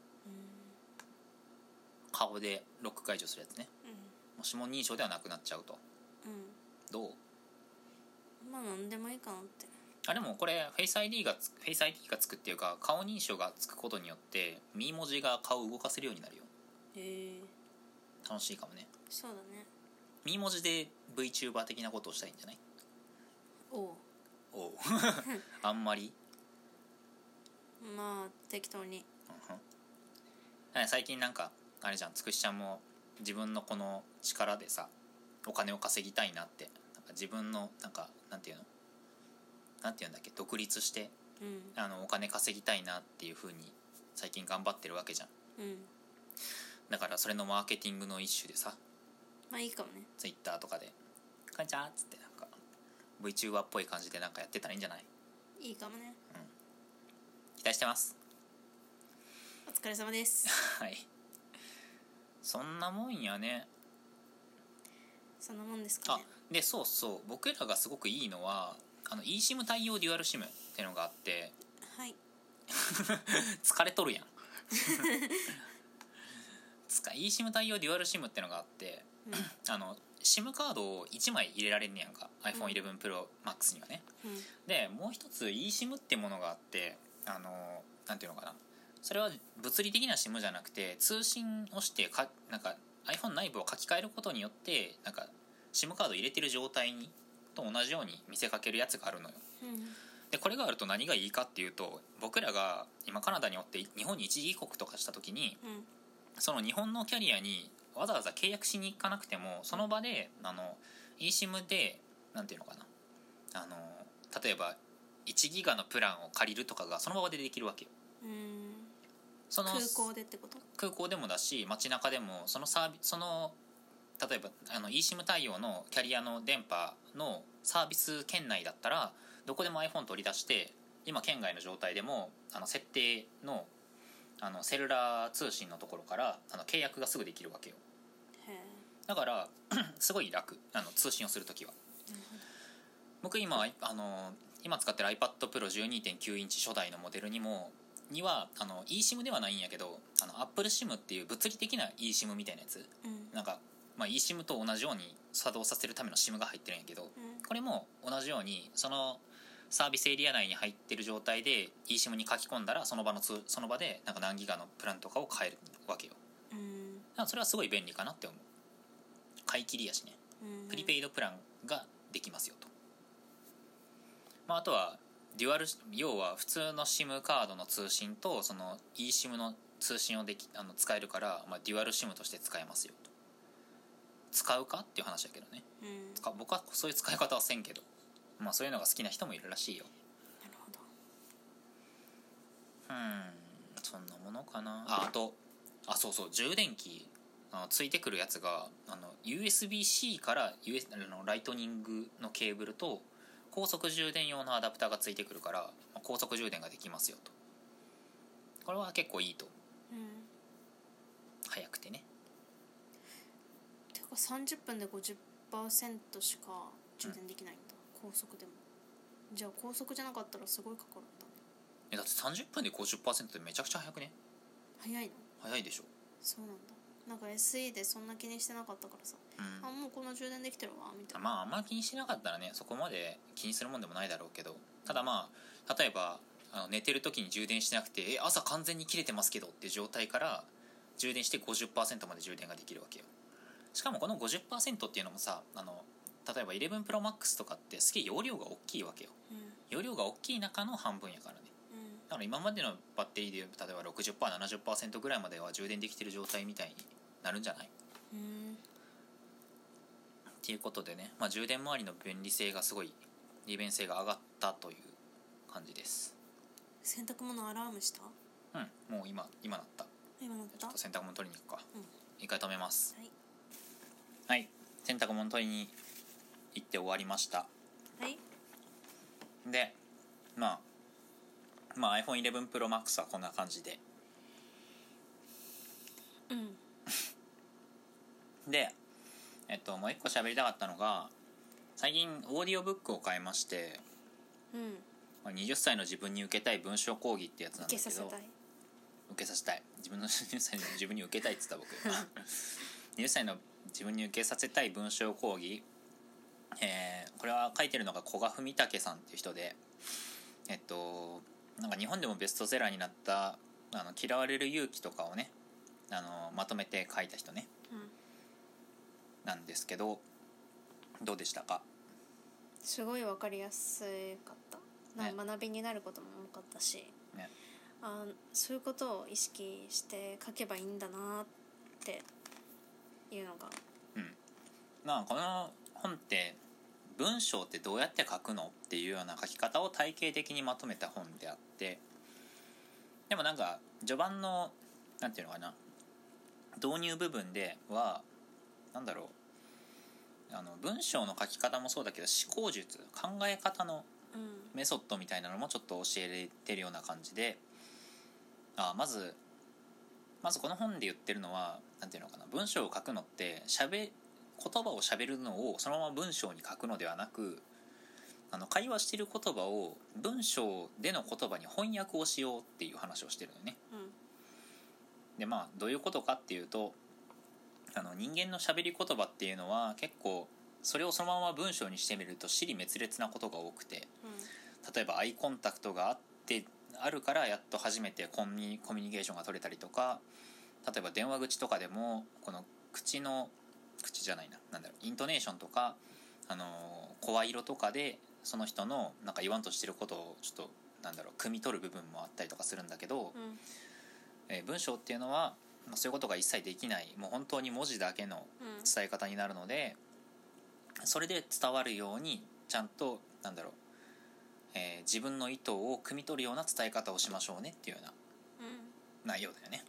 顔でロック解除するやつね。指紋認証ではなくなっちゃうと。どう？ 何でもいいかなって。 でもこれフェイス ID がつくっていうか顔認証がつくことによってミ文字が顔を動かせるようになるよ。楽しいかもね。 そうだね。 ミ文字で VTuber 的なことをしたらいいんじゃない？おうあんまり適当に。 最近なんかあれじゃん、つくしちゃんも自分のこの力でさお金を稼ぎたいなって、なんか自分のなんかなんていうんだっけ、独立して、お金稼ぎたいなっていう風に最近頑張ってるわけじゃん。だからそれのマーケティングの一種でさ、 いいかもね。 Twitter とかでこんにちはっつってなんか VTuber っぽい感じでなんかやってたらいいんじゃない？ いいかもね。 期待してます。 お疲れ様です。 はい、そんなもんやね。 そんなもんですかね。 でそう僕らがすごくいいのはeSIM 対応デュアル SIM っていうのがあって、 はい疲れとるやんeSIM 対応デュアル SIM ってのがあって、SIM カードを1枚入れられんねやんか、iPhone 11 Pro Max にはね。でもう一つ eSIM ってものがあって、なんていうのかな、それは物理的な SIM じゃなくて通信をしてなんか iPhone 内部を書き換えることによってなんか SIM カード入れてる状態にと同じように見せかけるやつがあるのよ。でこれがあると何がいいかっていうと、僕らが今カナダにおって日本に一時帰国とかした時に、その日本のキャリアにわざわざ契約しに行かなくても、その場でeSIM でなんていうのかな、例えば1ギガのプランを借りるとかがその場でできるわけよ。その空港でってこと？ 空港でもだし街中でもその例えばeSIM 対応のキャリアの電波のサービス圏内だったらどこでも iPhone 取り出して今県外の状態でも設定のセルラー通信のところから契約がすぐできるわけよ。だからすごい楽、通信をするときは。僕今使ってる iPad Pro 12.9 インチ初代のモデルにはeSIM ではないんやけどApple SIM っていう物理的な eSIM みたいなやつ、なんか、eSIM と同じように作動させるための SIM が入ってるんやけど、これも同じようにそのサービスエリア内に入ってる状態で eSIM に書き込んだらその場でなんか何ギガのプランとかを買えるわけよ。だからそれはすごい便利かなって思う。買い切りやしね、プリペイドプランができますよと。あとは要は普通の SIM カードの通信とその eSIM の通信を使えるから、デュアル SIM として使えますよと。使うかっていう話だけどね、僕はそういう使い方はせんけど、そういうのが好きな人もいるらしいよ。 なるほど。 そんなものかな。そう充電器ついてくるやつがUSB-C から、ライトニングのケーブルと高速充電用のアダプターがついてくるから高速充電ができますよと。これは結構いいと、早くてね。 てか30分で 50% しか充電できないんだ、高速でも。じゃあ高速じゃなかったらすごいかかるんだね。 だって30分で 50% ってめちゃくちゃ早くね。 早いの？ 早いでしょ。 そうなんだ。なんか SE でそんな気にしてなかったからさ、もうこの充電できてるわみたいな。 あんまり気にしてなかったらね、そこまで気にするもんでもないだろうけど、ただ例えば寝てる時に充電しなくて朝完全に切れてますけどっていう状態から充電して 50% まで充電ができるわけよ。しかもこの 50% っていうのもさ、例えば11 Pro Max とかってすげえ容量が大きいわけよ、容量が大きい中の半分やからね。だから今までのバッテリーで例えば 60%、70% ぐらいまでは充電できてる状態みたいになるんじゃない？っていうことでね、充電周りの便利性がすごい、利便性が上がったという感じです。 洗濯物アラームした？ もう今なった。 今なった。 ちょっと洗濯物取りに行くか、一回止めます。 はい、 洗濯物取りに行って終わりました。でiPhone 11 Pro Max はこんな感じで、でもう一個喋りたかったのが、最近オーディオブックを買いまして、20歳の自分に受けたい文章講義ってやつなんだけど、受けさせたい自分の20歳の自分に受けたいって言った僕20歳の自分に受けさせたい文章講義、これは書いてるのが古賀文武さんっていう人で、なんか日本でもベストセラーになった嫌われる勇気とかをねまとめて書いた人ね、なんですけど、どうでしたか？ すごい分かりやすかった、ね、学びになることも多かったし、 ね、 そういうことを意識して書けばいいんだなっていうのが、 この本って文章ってどうやって書くのっていうような書き方を体系的にまとめた本であって、でもなんか序盤のなんていうのかな、導入部分では文章の書き方もそうだけど思考術、考え方のメソッドみたいなのもちょっと教えてるような感じで、まずこの本で言ってるのはなんていうのかな、文章を書くのって言葉を喋るのをそのまま文章に書くのではなく、会話している言葉を文章での言葉に翻訳をしようっていう話をしてるのね、でどういうことかっていうと、人間の喋り言葉っていうのは結構それをそのまま文章にしてみると支離滅裂なことが多くて、例えばアイコンタクトがあるからやっと初めてコミュニケーションが取れたりとか、例えば電話口とかでもこの口じゃないな、なんだろう、イントネーションとか声色とかでその人のなんか言わんとしてることをちょっとなんだろう汲み取る部分もあったりとかするんだけど、文章っていうのは、そういうことが一切できない、もう本当に文字だけの伝え方になるので、それで伝わるようにちゃんとなんだろう、自分の意図を汲み取るような伝え方をしましょうねっていうような内容だよね。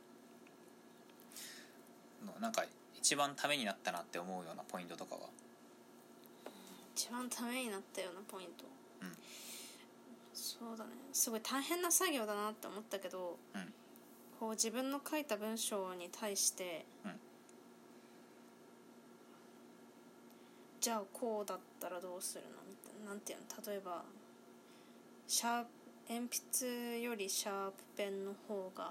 なんか一番ためになったなって思うようなポイントとかは？ 一番ためになったようなポイント、そうだね、すごい大変な作業だなって思ったけど、こう自分の書いた文章に対して、じゃあこうだったらどうするのみたいな、なんていうの、例えば鉛筆よりシャープペンの方が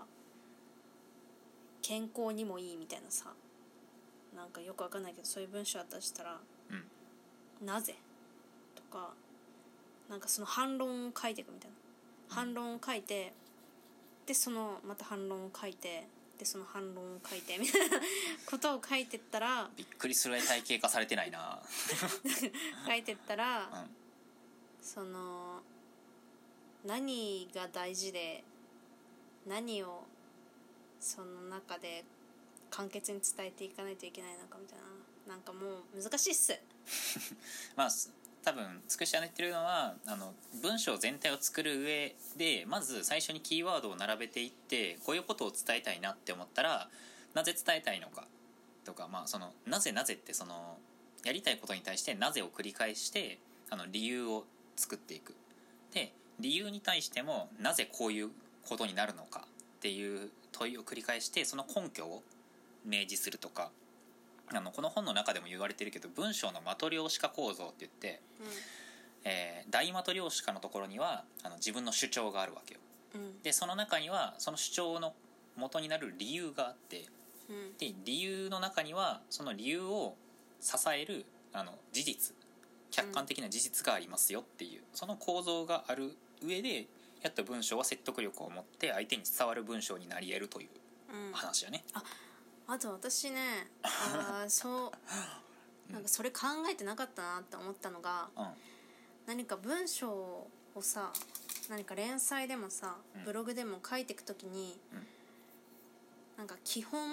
健康にもいいみたいなさ、なんかよくわかんないけどそういう文章だったとしたら、なぜとか、なんかその反論を書いていくみたいな、反論を書いて、でそのまた反論を書いて、でその反論を書いてみたいなことを書いてったら、 びっくりするぐらい体系化されてないな書いてったら、その何が大事で何をその中で簡潔に伝えていかないといけないのかみたいな、なんかもう難しいっすまあ多分つくしが言ってるのは、文章全体を作る上でまず最初にキーワードを並べていって、こういうことを伝えたいなって思ったらなぜ伝えたいのかとか、そのなぜってそのやりたいことに対してなぜを繰り返して理由を作っていく。で理由に対してもなぜこういうことになるのかっていう問いを繰り返して、その根拠を明示するとか、この本の中でも言われてるけど、文章のマトリョーシカ構造って言って、大マトリョーシカのところには自分の主張があるわけよ、でその中にはその主張の元になる理由があって、で理由の中にはその理由を支える事実、客観的な事実がありますよっていう、その構造がある上でやった文章は説得力を持って相手に伝わる文章になり得るという話やね。 あと私ねそうなんかそれ考えてなかったなって思ったのが、何か文章をさ、何か連載でもさ、ブログでも書いていくときに、なんか基本、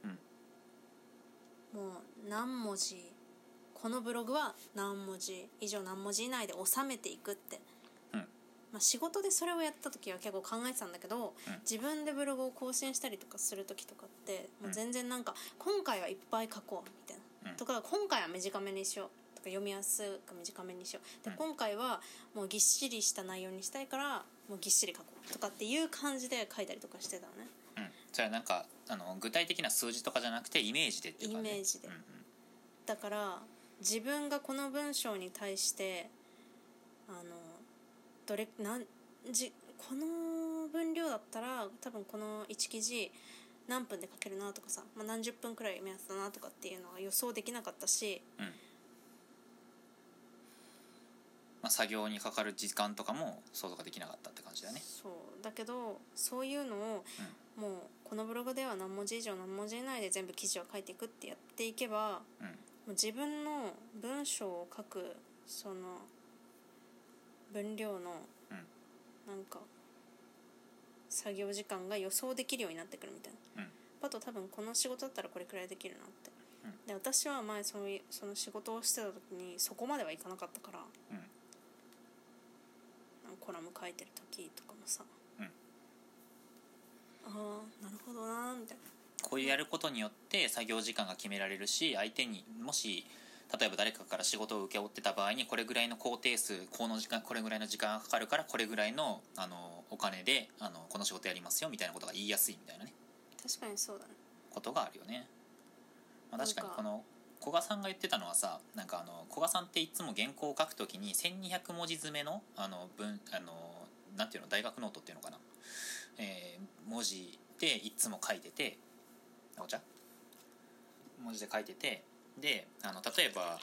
もう何文字、このブログは何文字以上何文字以内で収めていくって、仕事でそれをやった時は結構考えてたんだけど、自分でブログを更新したりとかする時とかってもう全然なんか、今回はいっぱい書こうみたいな、とか今回は短めにしようとか、読みやすく短めにしようで、今回はもうぎっしりした内容にしたいからもうぎっしり書こうとかっていう感じで書いたりとかしてたのね。 それはなんか具体的な数字とかじゃなくてイメージでっていうかね。 イメージで、だから自分がこの文章に対してこの分量だったら多分この1記事何分で書けるなとかさ、何十分くらい目安だなとかっていうのは予想できなかったし、 作業にかかる時間とかも想像ができなかったって感じだね。 そうだけど、そういうのを、もうこのブログでは何文字以上何文字以内で全部記事を書いていくってやっていけば、もう自分の文章を書くその分量のなんか作業時間が予想できるようになってくるみたいな、あと多分この仕事だったらこれくらいできるなって、で私は前その仕事をしてた時にそこまではいかなかったから、コラム書いてる時とかもさ、ああなるほどなみたいな、 こういうやることによって作業時間が決められるし、相手にもし例えば誰かから仕事を請け負ってた場合に、これぐらいの工程数、これぐらいの時間がかかるからこれぐらいのお金でこの仕事やりますよみたいなことが言いやすいみたいなね。 確かにそうだね。 ことがあるよね。確かにこの古賀さんが言ってたのはさ、なんか古賀さんっていつも原稿を書くときに1200文字詰めのなんていうの、大学ノートっていうのかな、文字でいつも書いてて、文字で書いてて、で例えば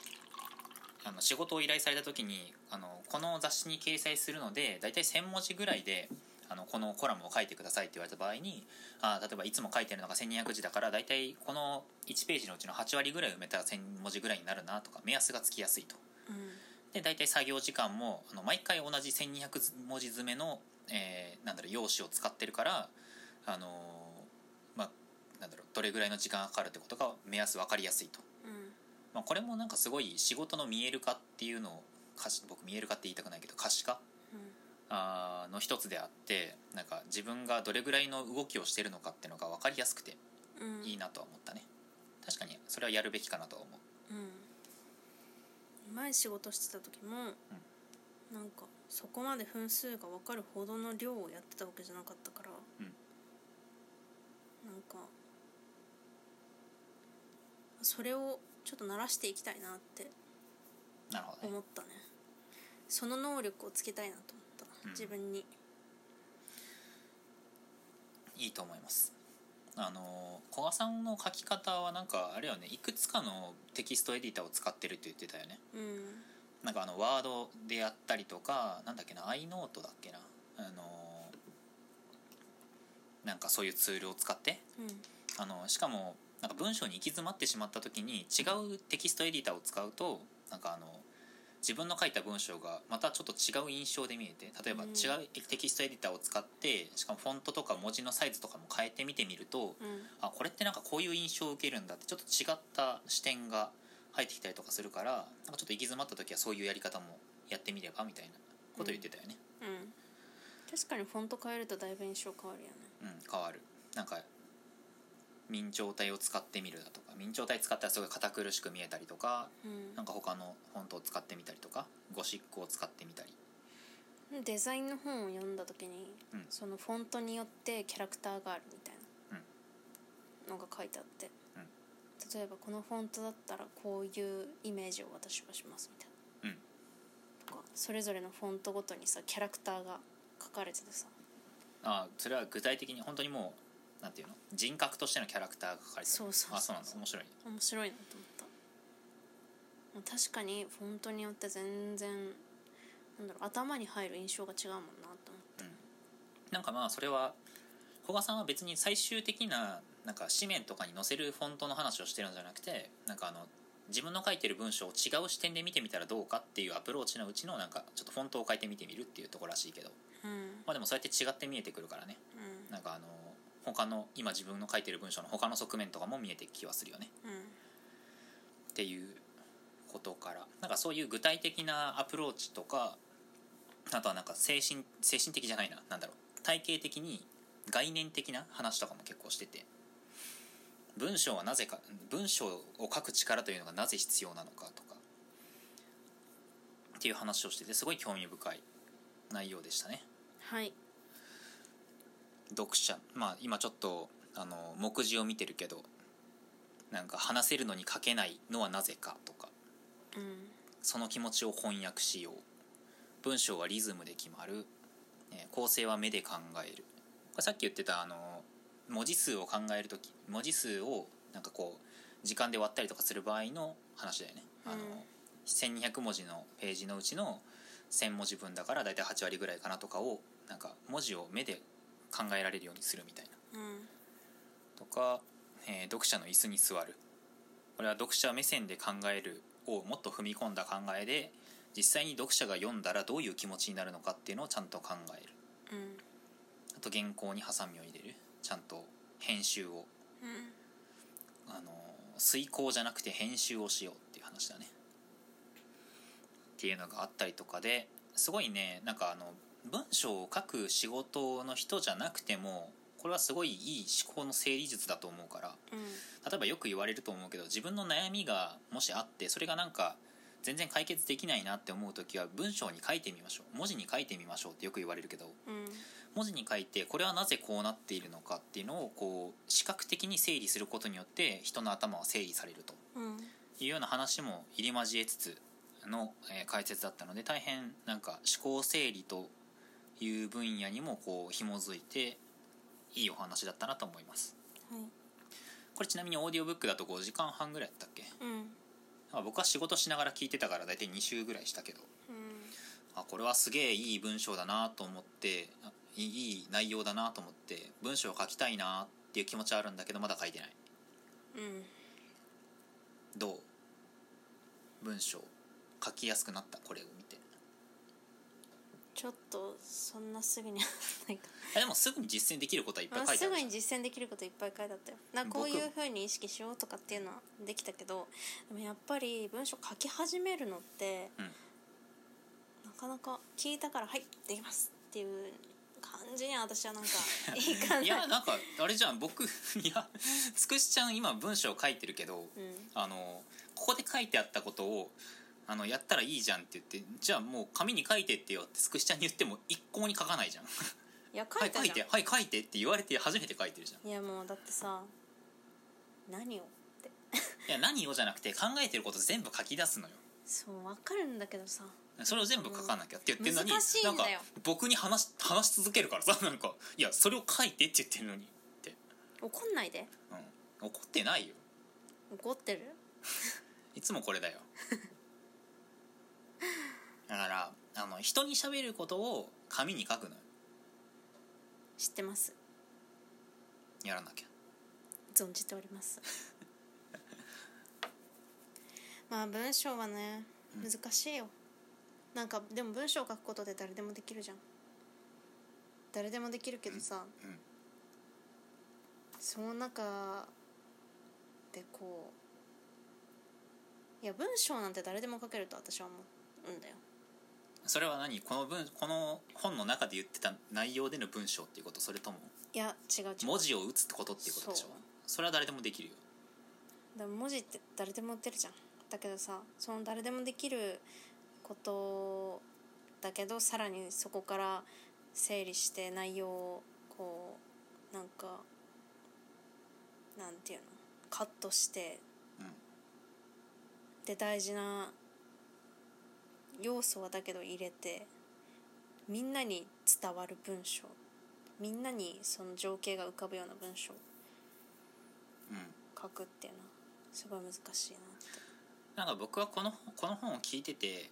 仕事を依頼された時にこの雑誌に掲載するのでだいたい1000文字ぐらいでこのコラムを書いてくださいって言われた場合に、例えばいつも書いてるのが1200字だからだいたいこの1ページのうちの8割ぐらい埋めたら1000文字ぐらいになるなとか目安がつきやすいと。でだいたい作業時間も毎回同じ1200文字詰めの、用紙を使ってるからどれぐらいの時間がかかるってことが目安分かりやすいと。これもなんかすごい仕事の見える化っていうのを僕見える化って言いたくないけど可視化、の一つであって、なんか自分がどれぐらいの動きをしてるのかっていうのが分かりやすくていいなとは思ったね。確かにそれはやるべきかなとは思う。 前仕事してた時も、なんかそこまで分数が分かるほどの量をやってたわけじゃなかったから、なんかそれをちょっと慣らしていきたいなって思ったね。その能力をつけたいなと思った、自分に。 いいと思います。古賀さんの書き方はなんかあれよね、いくつかのテキストエディターを使ってるって言ってたよね。なんかワードでやったりとか、なんだっけな、iNote だっけな、なんかそういうツールを使って、しかもなんか文章に行き詰まってしまった時に違うテキストエディターを使うと、なんか自分の書いた文章がまたちょっと違う印象で見えて、例えば違うテキストエディターを使ってしかもフォントとか文字のサイズとかも変えてみてみると、これってなんかこういう印象を受けるんだってちょっと違った視点が入ってきたりとかするから、なんかちょっと行き詰まった時はそういうやり方もやってみればみたいなことを言ってたよね。 確かにフォント変えるとだいぶ印象変わるよね。 変わる。なんか明朝体を使ってみるだとか、明朝体使ったらすごい堅苦しく見えたりとか、なんか他のフォントを使ってみたりとか、ゴシックを使ってみたり。 デザインの本を読んだ時に、そのフォントによってキャラクターがあるみたいなのが書いてあって、例えばこのフォントだったらこういうイメージを私はしますみたいな、とかそれぞれのフォントごとにさキャラクターが書かれててさ、 それは具体的に本当にもうなんていうの、人格としてのキャラクターが書かれてる。そうなんだ。面白いなと思った。確かにフォントによって全然頭に入る印象が違うもんなと思って、 なんかそれは古賀さんは別に最終的ななんか紙面とかに載せるフォントの話をしてるんじゃなくて、なんか自分の書いてる文章を違う視点で見てみたらどうかっていうアプローチのうちのなんかちょっとフォントを変えてみてみるっていうところらしいけど、でもそうやって違って見えてくるからね、なんか他の今自分の書いてる文章の他の側面とかも見えてきはするよね、っていうことから、なんかそういう具体的なアプローチとか、あとはなんか精神的じゃないな、体系的に概念的な話とかも結構してて、文章を書く力というのがなぜ必要なのかとかっていう話をしてて、すごい興味深い内容でしたね。読者、今ちょっと目次を見てるけど、なんか話せるのに書けないのはなぜかとか、その気持ちを翻訳しよう、文章はリズムで決まる、構成は目で考える。これさっき言ってた文字数を考えるとき、文字数をなんかこう時間で割ったりとかする場合の話だよね。1200文字のページのうちの1000文字分だからだいたい8割ぐらいかなとかを、なんか文字を目で考えられるようにするみたいな、とか、読者の椅子に座る。これは読者目線で考えるをもっと踏み込んだ考えで、実際に読者が読んだらどういう気持ちになるのかっていうのをちゃんと考える、あと原稿にハサミを入れる、ちゃんと編集を、遂行じゃなくて編集をしようっていう話だねっていうのがあったりとかで、すごいね、なんか文章を書く仕事の人じゃなくてもこれはすごいいい思考の整理術だと思うから、例えばよく言われると思うけど、自分の悩みがもしあってそれがなんか全然解決できないなって思うときは文章に書いてみましょう、文字に書いてみましょうってよく言われるけど、文字に書いてこれはなぜこうなっているのかっていうのをこう視覚的に整理することによって人の頭は整理されるというような話も入り交えつつの解説だったので、大変なんか思考整理という分野にもこう紐づいていいお話だったなと思います、これちなみにオーディオブックだと5時間半ぐらいだったっけ、僕は仕事しながら聞いてたから大体2週ぐらいしたけど、これはすげえいい文章だなと思っていい内容だなと思って文章を書きたいなっていう気持ちはあるんだけどまだ書いてない。どう？文章書きやすくなった？これを見て。 ちょっとそんなすぐにないか。 でもすぐに実践できることはいっぱい書いてあるじゃん。 すぐに実践できることいっぱい書いてあったよ。なんかこういう風に意識しようとかっていうのはできたけど、でもやっぱり文章書き始めるのって、なかなか聞いたからはいできますっていう感じには私はなんかいいかな。 いやなんかあれじゃん、僕いやつくしちゃん今文章書いてるけど、ここで書いてあったことをやったらいいじゃんって言って、じゃあもう紙に書いてってよってつくしちゃんに言っても一向に書かないじゃん。 いや書いたじゃん。 はい書いてって言われて初めて書いてるじゃん。 いやもうだってさ、何をっていや何をじゃなくて考えてること全部書き出すのよ。 そう分かるんだけどさ、 それを全部書かなきゃって言ってるのに、 難しいんだよ。 なんか僕に話し続けるからさ、なんかいやそれを書いてって言ってるのにって。 怒んないで。 怒ってないよ。 怒ってるいつもこれだよ。だから人に喋ることを紙に書くのよ。 知ってます。 やらなきゃ。 存じております。まあ文章はね難しいよ。なんかでも文章を書くことで誰でもできるじゃん。誰でもできるけどさ、その中でこう、いや文章なんて誰でも書けると私は思うんだよ。 それは何？この本の中で言ってた内容での文章っていうこと？それともいや違う文字を打つってことっていうことでしょ。それは誰でもできるよ。 だから文字って誰でも打てるじゃん。だけどさ、その誰でもできることだけどさらにそこから整理して内容をこうなんかなんていうのカットして、で大事な要素はだけど入れてみんなに伝わる文章、みんなにその情景が浮かぶような文章を書くっていうのはすごい難しいなって。 なんか僕はこの本を聞いてて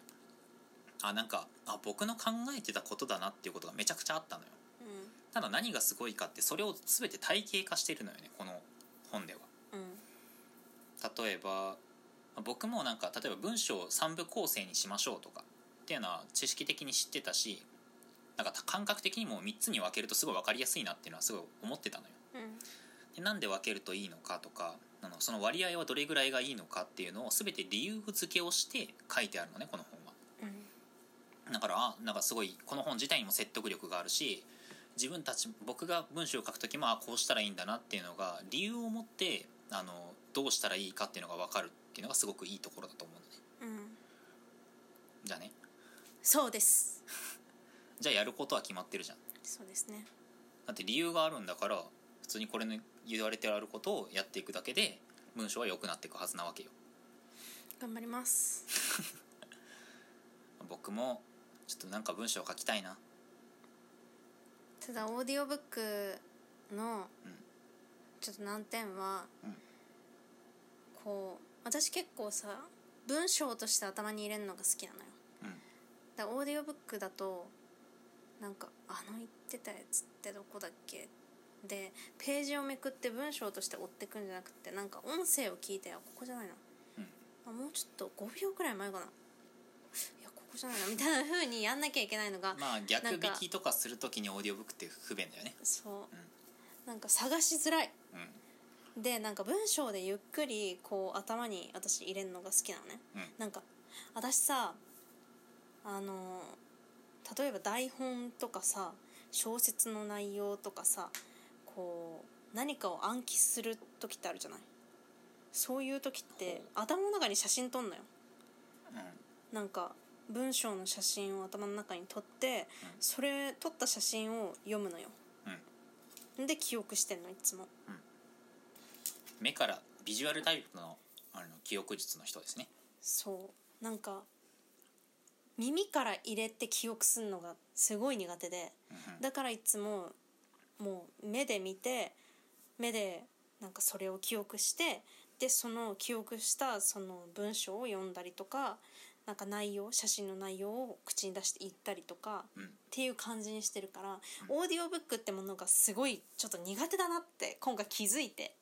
僕の考えてたことだなっていうことがめちゃくちゃあったのよ。ただ何がすごいかってそれを全て体系化してるのよね、この本では。例えば僕も例えば文章を3部構成にしましょうとかっていうのは知識的に知ってたし、感覚的にも3つに分けるとすごい分かりやすいなっていうのはすごい思ってたのよ。でなんで分けるといいのかとかその割合はどれぐらいがいいのかっていうのを全て理由付けをして書いてあるのね、この本は。だからすごいこの本自体にも説得力があるし、僕が文章を書くときもこうしたらいいんだなっていうのが理由を持ってどうしたらいいかっていうのが分かるっていうのがすごくいいところだと思うのね。じゃあね。 そうです。 じゃあやることは決まってるじゃん。 そうですね。 だって理由があるんだから普通にこれの言われてあることをやっていくだけで文章は良くなっていくはずなわけよ。 頑張ります。 僕もちょっと文章を書きたいな。 ただオーディオブックのちょっと難点は、こう私結構さ文章として頭に入れるのが好きなのよ。だからオーディオブックだと言ってたやつってどこだっけでページをめくって文章として追ってくんじゃなくて音声を聞いてここじゃないな、もうちょっと5秒くらい前かな、いやここじゃないなみたいな風にやんなきゃいけないのが逆引きとかするときにオーディオブックって不便だよね。 そう、探しづらい、で文章でゆっくりこう頭に私入れるのが好きなのね。私さ例えば台本とかさ小説の内容とかさこう何かを暗記する時ってあるじゃない。そういう時って頭の中に写真撮んのよ。文章の写真を頭の中に撮って、それ撮った写真を読むのよ。で記憶してんのいつも。 目からビジュアルタイプの記憶術の人ですね。 そう耳から入れて記憶するのがすごい苦手で、だからいつももう目で見て目でそれを記憶して、でその記憶したその文章を読んだりとかなんか内容、写真の内容を口に出して言ったりとか、っていう感じにしてるから、オーディオブックってものがすごいちょっと苦手だなって今回気づいて、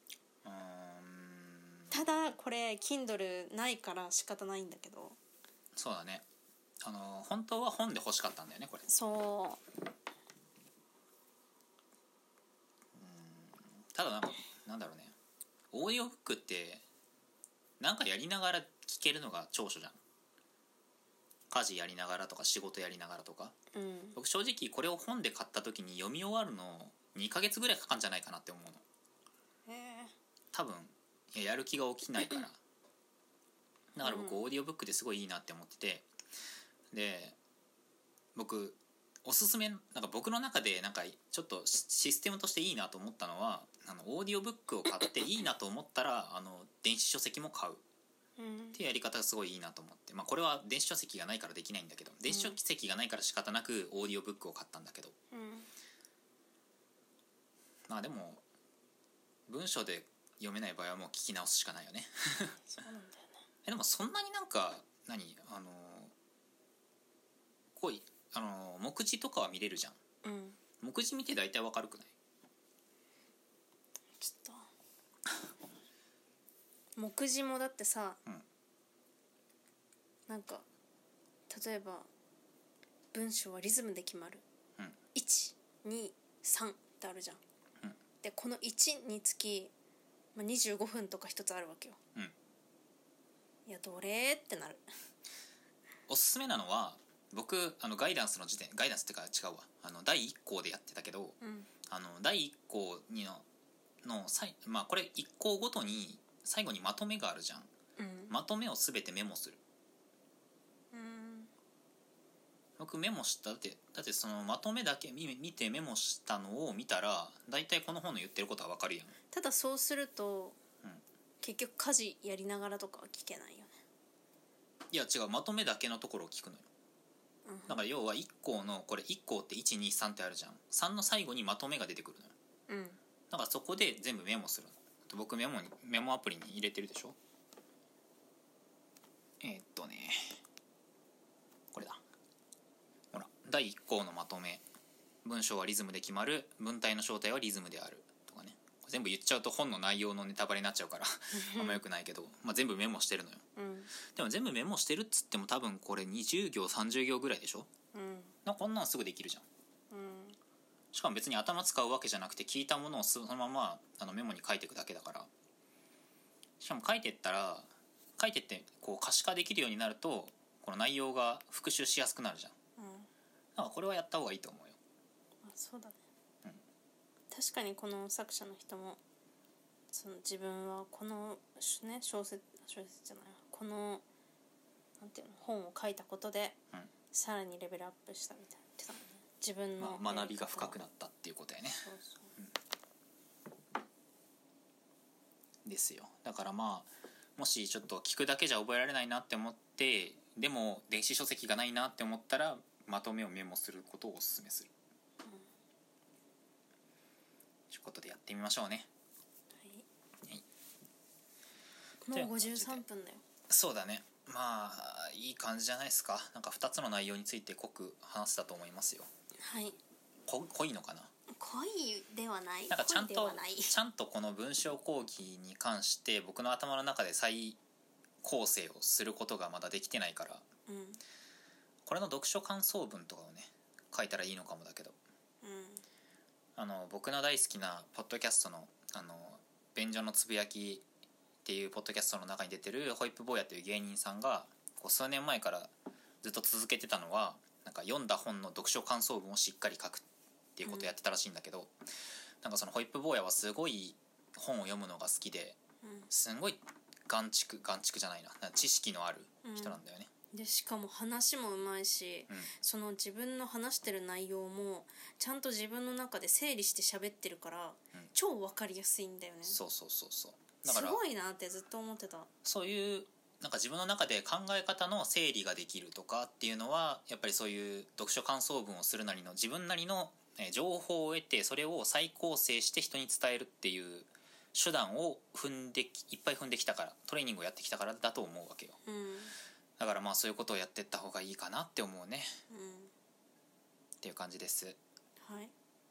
ただこれ Kindle ないから仕方ないんだけど。 そうだね、本当は本で欲しかったんだよねこれ。 そうただなんだろうね、オーディオブックってなんかやりながら聞けるのが長所じゃん。家事やりながらとか仕事やりながらとか、僕正直これを本で買った時に読み終わるの2ヶ月ぐらいかかるんじゃないかなって思うの。多分やる気が起きないからだから僕オーディオブックですごいいいなって思ってて、で僕おすすめ、なんか僕の中でなんかちょっとシステムとしていいなと思ったのは、オーディオブックを買っていいなと思ったら電子書籍も買うっていうやり方がすごいいいなと思って、これは電子書籍がないからできないんだけど、電子書籍がないから仕方なくオーディオブックを買ったんだけど、でも文章で読めない場合はもう聞き直すしかないよねそうなんだよね。 でもそんなになんかこう目次とかは見れるじゃん、目次見て大体わかるくない？ ちょっと目次もだってさ、なんか例えば文章はリズムで決まる、1,2,3ってあるじゃん、でこの1につき、25分とか一つあるわけよ、いやどれってなる。 おすすめなのは僕ガイダンスっていうか違うわ、第1項でやってたけど、第1項にのこれ1項ごとに最後にまとめがあるじゃん、まとめを全てメモする。僕メモしただってそのまとめだけ見てメモしたのを見たら大体この本の言ってることは分かるやん。 ただそうすると、結局家事やりながらとかは聞けないよね。 いや違う、まとめだけのところを聞くのよ。だから要は1項のこれ1項って 1,2,3 ってあるじゃん。3の最後にまとめが出てくるのよ、だからそこで全部メモするの。僕メモアプリに入れてるでしょ。これだ、ほら第1項のまとめ、文章はリズムで決まる、文体の正体はリズムであるとかね。これ全部言っちゃうと本の内容のネタバレになっちゃうからあんまよくないけど、全部メモしてるのよ、でも全部メモしてるっつっても多分これ20行30行ぐらいでしょ、こんなんすぐできるじゃん、しかも別に頭使うわけじゃなくて聞いたものをそのままメモに書いていくだけだから。しかも書いてってこう可視化できるようになるとこの内容が復習しやすくなるじゃん、だからこれはやった方がいいと思うよ。 そうだね、確かにこの作者の人もその自分はこの、ね、小説じゃない、このなんていうの本を書いたことで、さらにレベルアップしたみたいな言ってたもんね。自分の学びが深くなったっていうことやね。ですよ。だからもしちょっと聞くだけじゃ覚えられないなって思ってでも電子書籍がないなって思ったらまとめをメモすることをお勧めする、ということでやってみましょうね。 もう53分だよ。そうだね、 いい感じじゃないですか。なんか2つの内容について濃く話せたと思いますよ。 はい。 濃いのかな。 濃いではない。 なんかちゃんとこの文章講義に関して僕の頭の中で再構成をすることがまだできてないから、これの読書感想文とかをね書いたらいいのかもだけど、僕の大好きなポッドキャストの便所のつぶやきっていうポッドキャストの中に出てるホイップ坊やという芸人さんが数年前からずっと続けてたのは、なんか読んだ本の読書感想文をしっかり書くっていうことをやってたらしいんだけど、なんかそのホイップ坊やはすごい本を読むのが好きで、すごい眼蓄じゃないな、知識のある人なんだよね、 でしかも話もうまいし、その自分の話してる内容もちゃんと自分の中で整理して喋ってるから、超分かりやすいんだよね。 そうだからすごいなってずっと思ってた。 そういうなんか自分の中で考え方の整理ができるとかっていうのはやっぱりそういう読書感想文をするなりの自分なりの情報を得てそれを再構成して人に伝えるっていう手段をいっぱい踏んできたから、トレーニングをやってきたからだと思うわけよ、 だからまあそういうことをやっていった方がいいかなって思うね、 うん、 っていう感じです。 はい。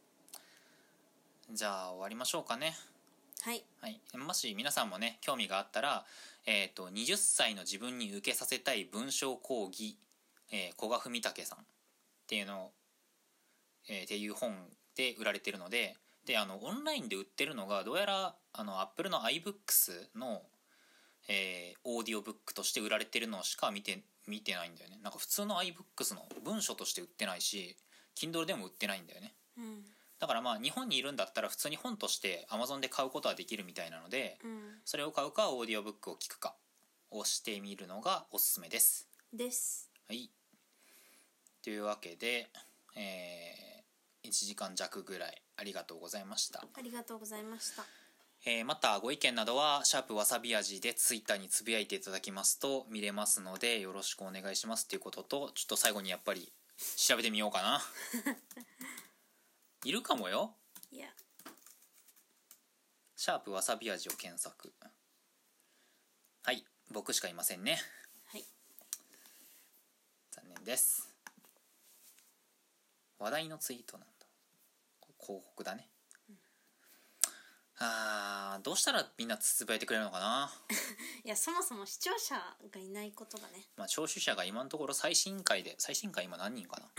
じゃあ終わりましょうかね。 はい、 はい、もし皆さんもね興味があったら、20歳の自分に受けさせたい文章講義、古賀文武さんっていうのを、っていう本で売られてるので、オンラインで売ってるのがどうやらApple の iBooks の、オーディオブックとして売られてるのしか見てないんだよね。なんか普通の iBooks の文書として売ってないし Kindle でも売ってないんだよね。 うん、 だからまあ日本にいるんだったら普通に本として Amazon で買うことはできるみたいなので、 うん、 それを買うかオーディオブックを聞くかをしてみるのがおすすめです。 です。 はい。というわけで、1時間弱ぐらいありがとうございました。 ありがとうございました。 またご意見などはシャープわさび味でツイッターにつぶやいていただきますと見れますのでよろしくお願いしますということと、ちょっと最後にやっぱり調べてみようかな。いるかもよ。 いや、 シャープわさび味を検索。はい、僕しかいませんね。 はい、 残念です。話題のツイートなんだ。広告だね。どうしたらみんなつぶやいてくれるのかな。 いや、そもそも視聴者がいないことがね。 まあ聴取者が今のところ最新回今何人かな。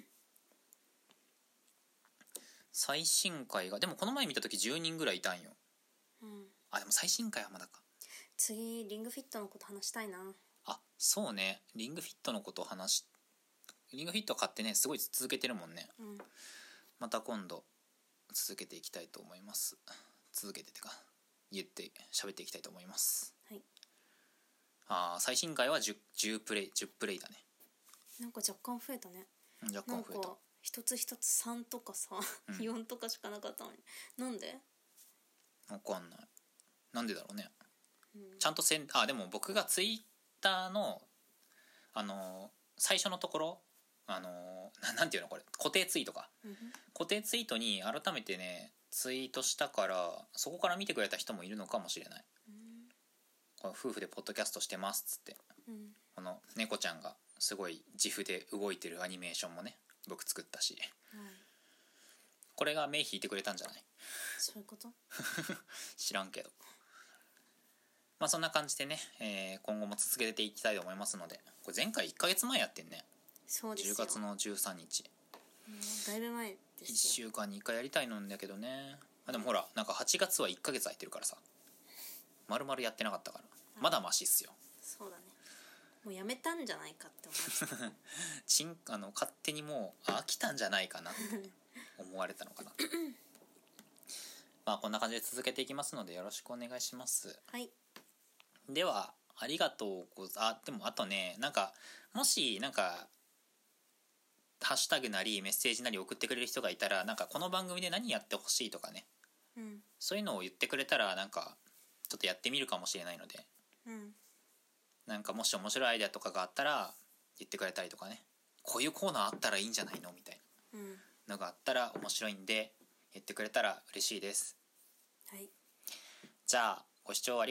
最新回がでもこの前見た時10人ぐらいいたんよ。 うん、 でも最新回はまだか。 次リングフィットのこと話したいな。 そうね、リングフィットのことをリングフィット買ってねすごい続けてるもんね、 うん、 また今度続けていきたいと思います。続けててか喋っていきたいと思います。 はい。 最新回は 10プレイだね。 なんか若干増えたね。 若干増えた。 なんか一つ一つ3とかさ、4とかしかなかったのになんで？ 分かんない、なんでだろうね、 うん、 ちゃんとでも僕がツイッターの最初のところなんていうのこれ固定ツイートか、固定ツイートに改めてねツイートしたからそこから見てくれた人もいるのかもしれない、この夫婦でポッドキャストしてますっつって、この猫ちゃんがすごい自負で動いてるアニメーションもね僕作ったし、これが目引いてくれたんじゃない？ そういうこと知らんけど、まあそんな感じでね、今後も続けていきたいと思いますので、これ前回1ヶ月前やってんね。 そうですよ、 10月の13日、 だいぶ前ですよ。 1週間に1回やりたいのんだけどね。でもほらなんか8月は1ヶ月空いてるからさ、丸々やってなかったからまだマシっすよ。 そうだね、もうやめたんじゃないかって思って勝手にもう飽きたんじゃないかなって思われたのかな。まあこんな感じで続けていきますのでよろしくお願いします。 はい。 ではありがとうでもあとね、なんかもしなんかハッシュタグなりメッセージなり送ってくれる人がいたら、なんかこの番組で何やってほしいとかね、そういうのを言ってくれたらなんかちょっとやってみるかもしれないので、なんかもし面白いアイデアとかがあったら言ってくれたりとかね、こういうコーナーあったらいいんじゃないのみたいなのがあったら面白いんで言ってくれたら嬉しいです。 はい。 じゃあご視聴これ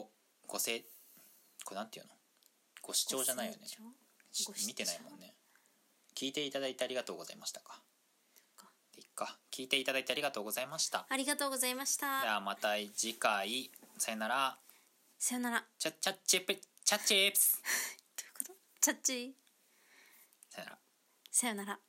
なんていうの、ご視聴じゃないよね、見てないもんね。聞いていただいてありがとうございましたか。聞いていただいてありがとうございました。 ありがとうございました。 ではまた次回、さよなら。 さよなら。 チャッチップチャッチップスどういうこと？チャッチー。 さよなら。 さよなら。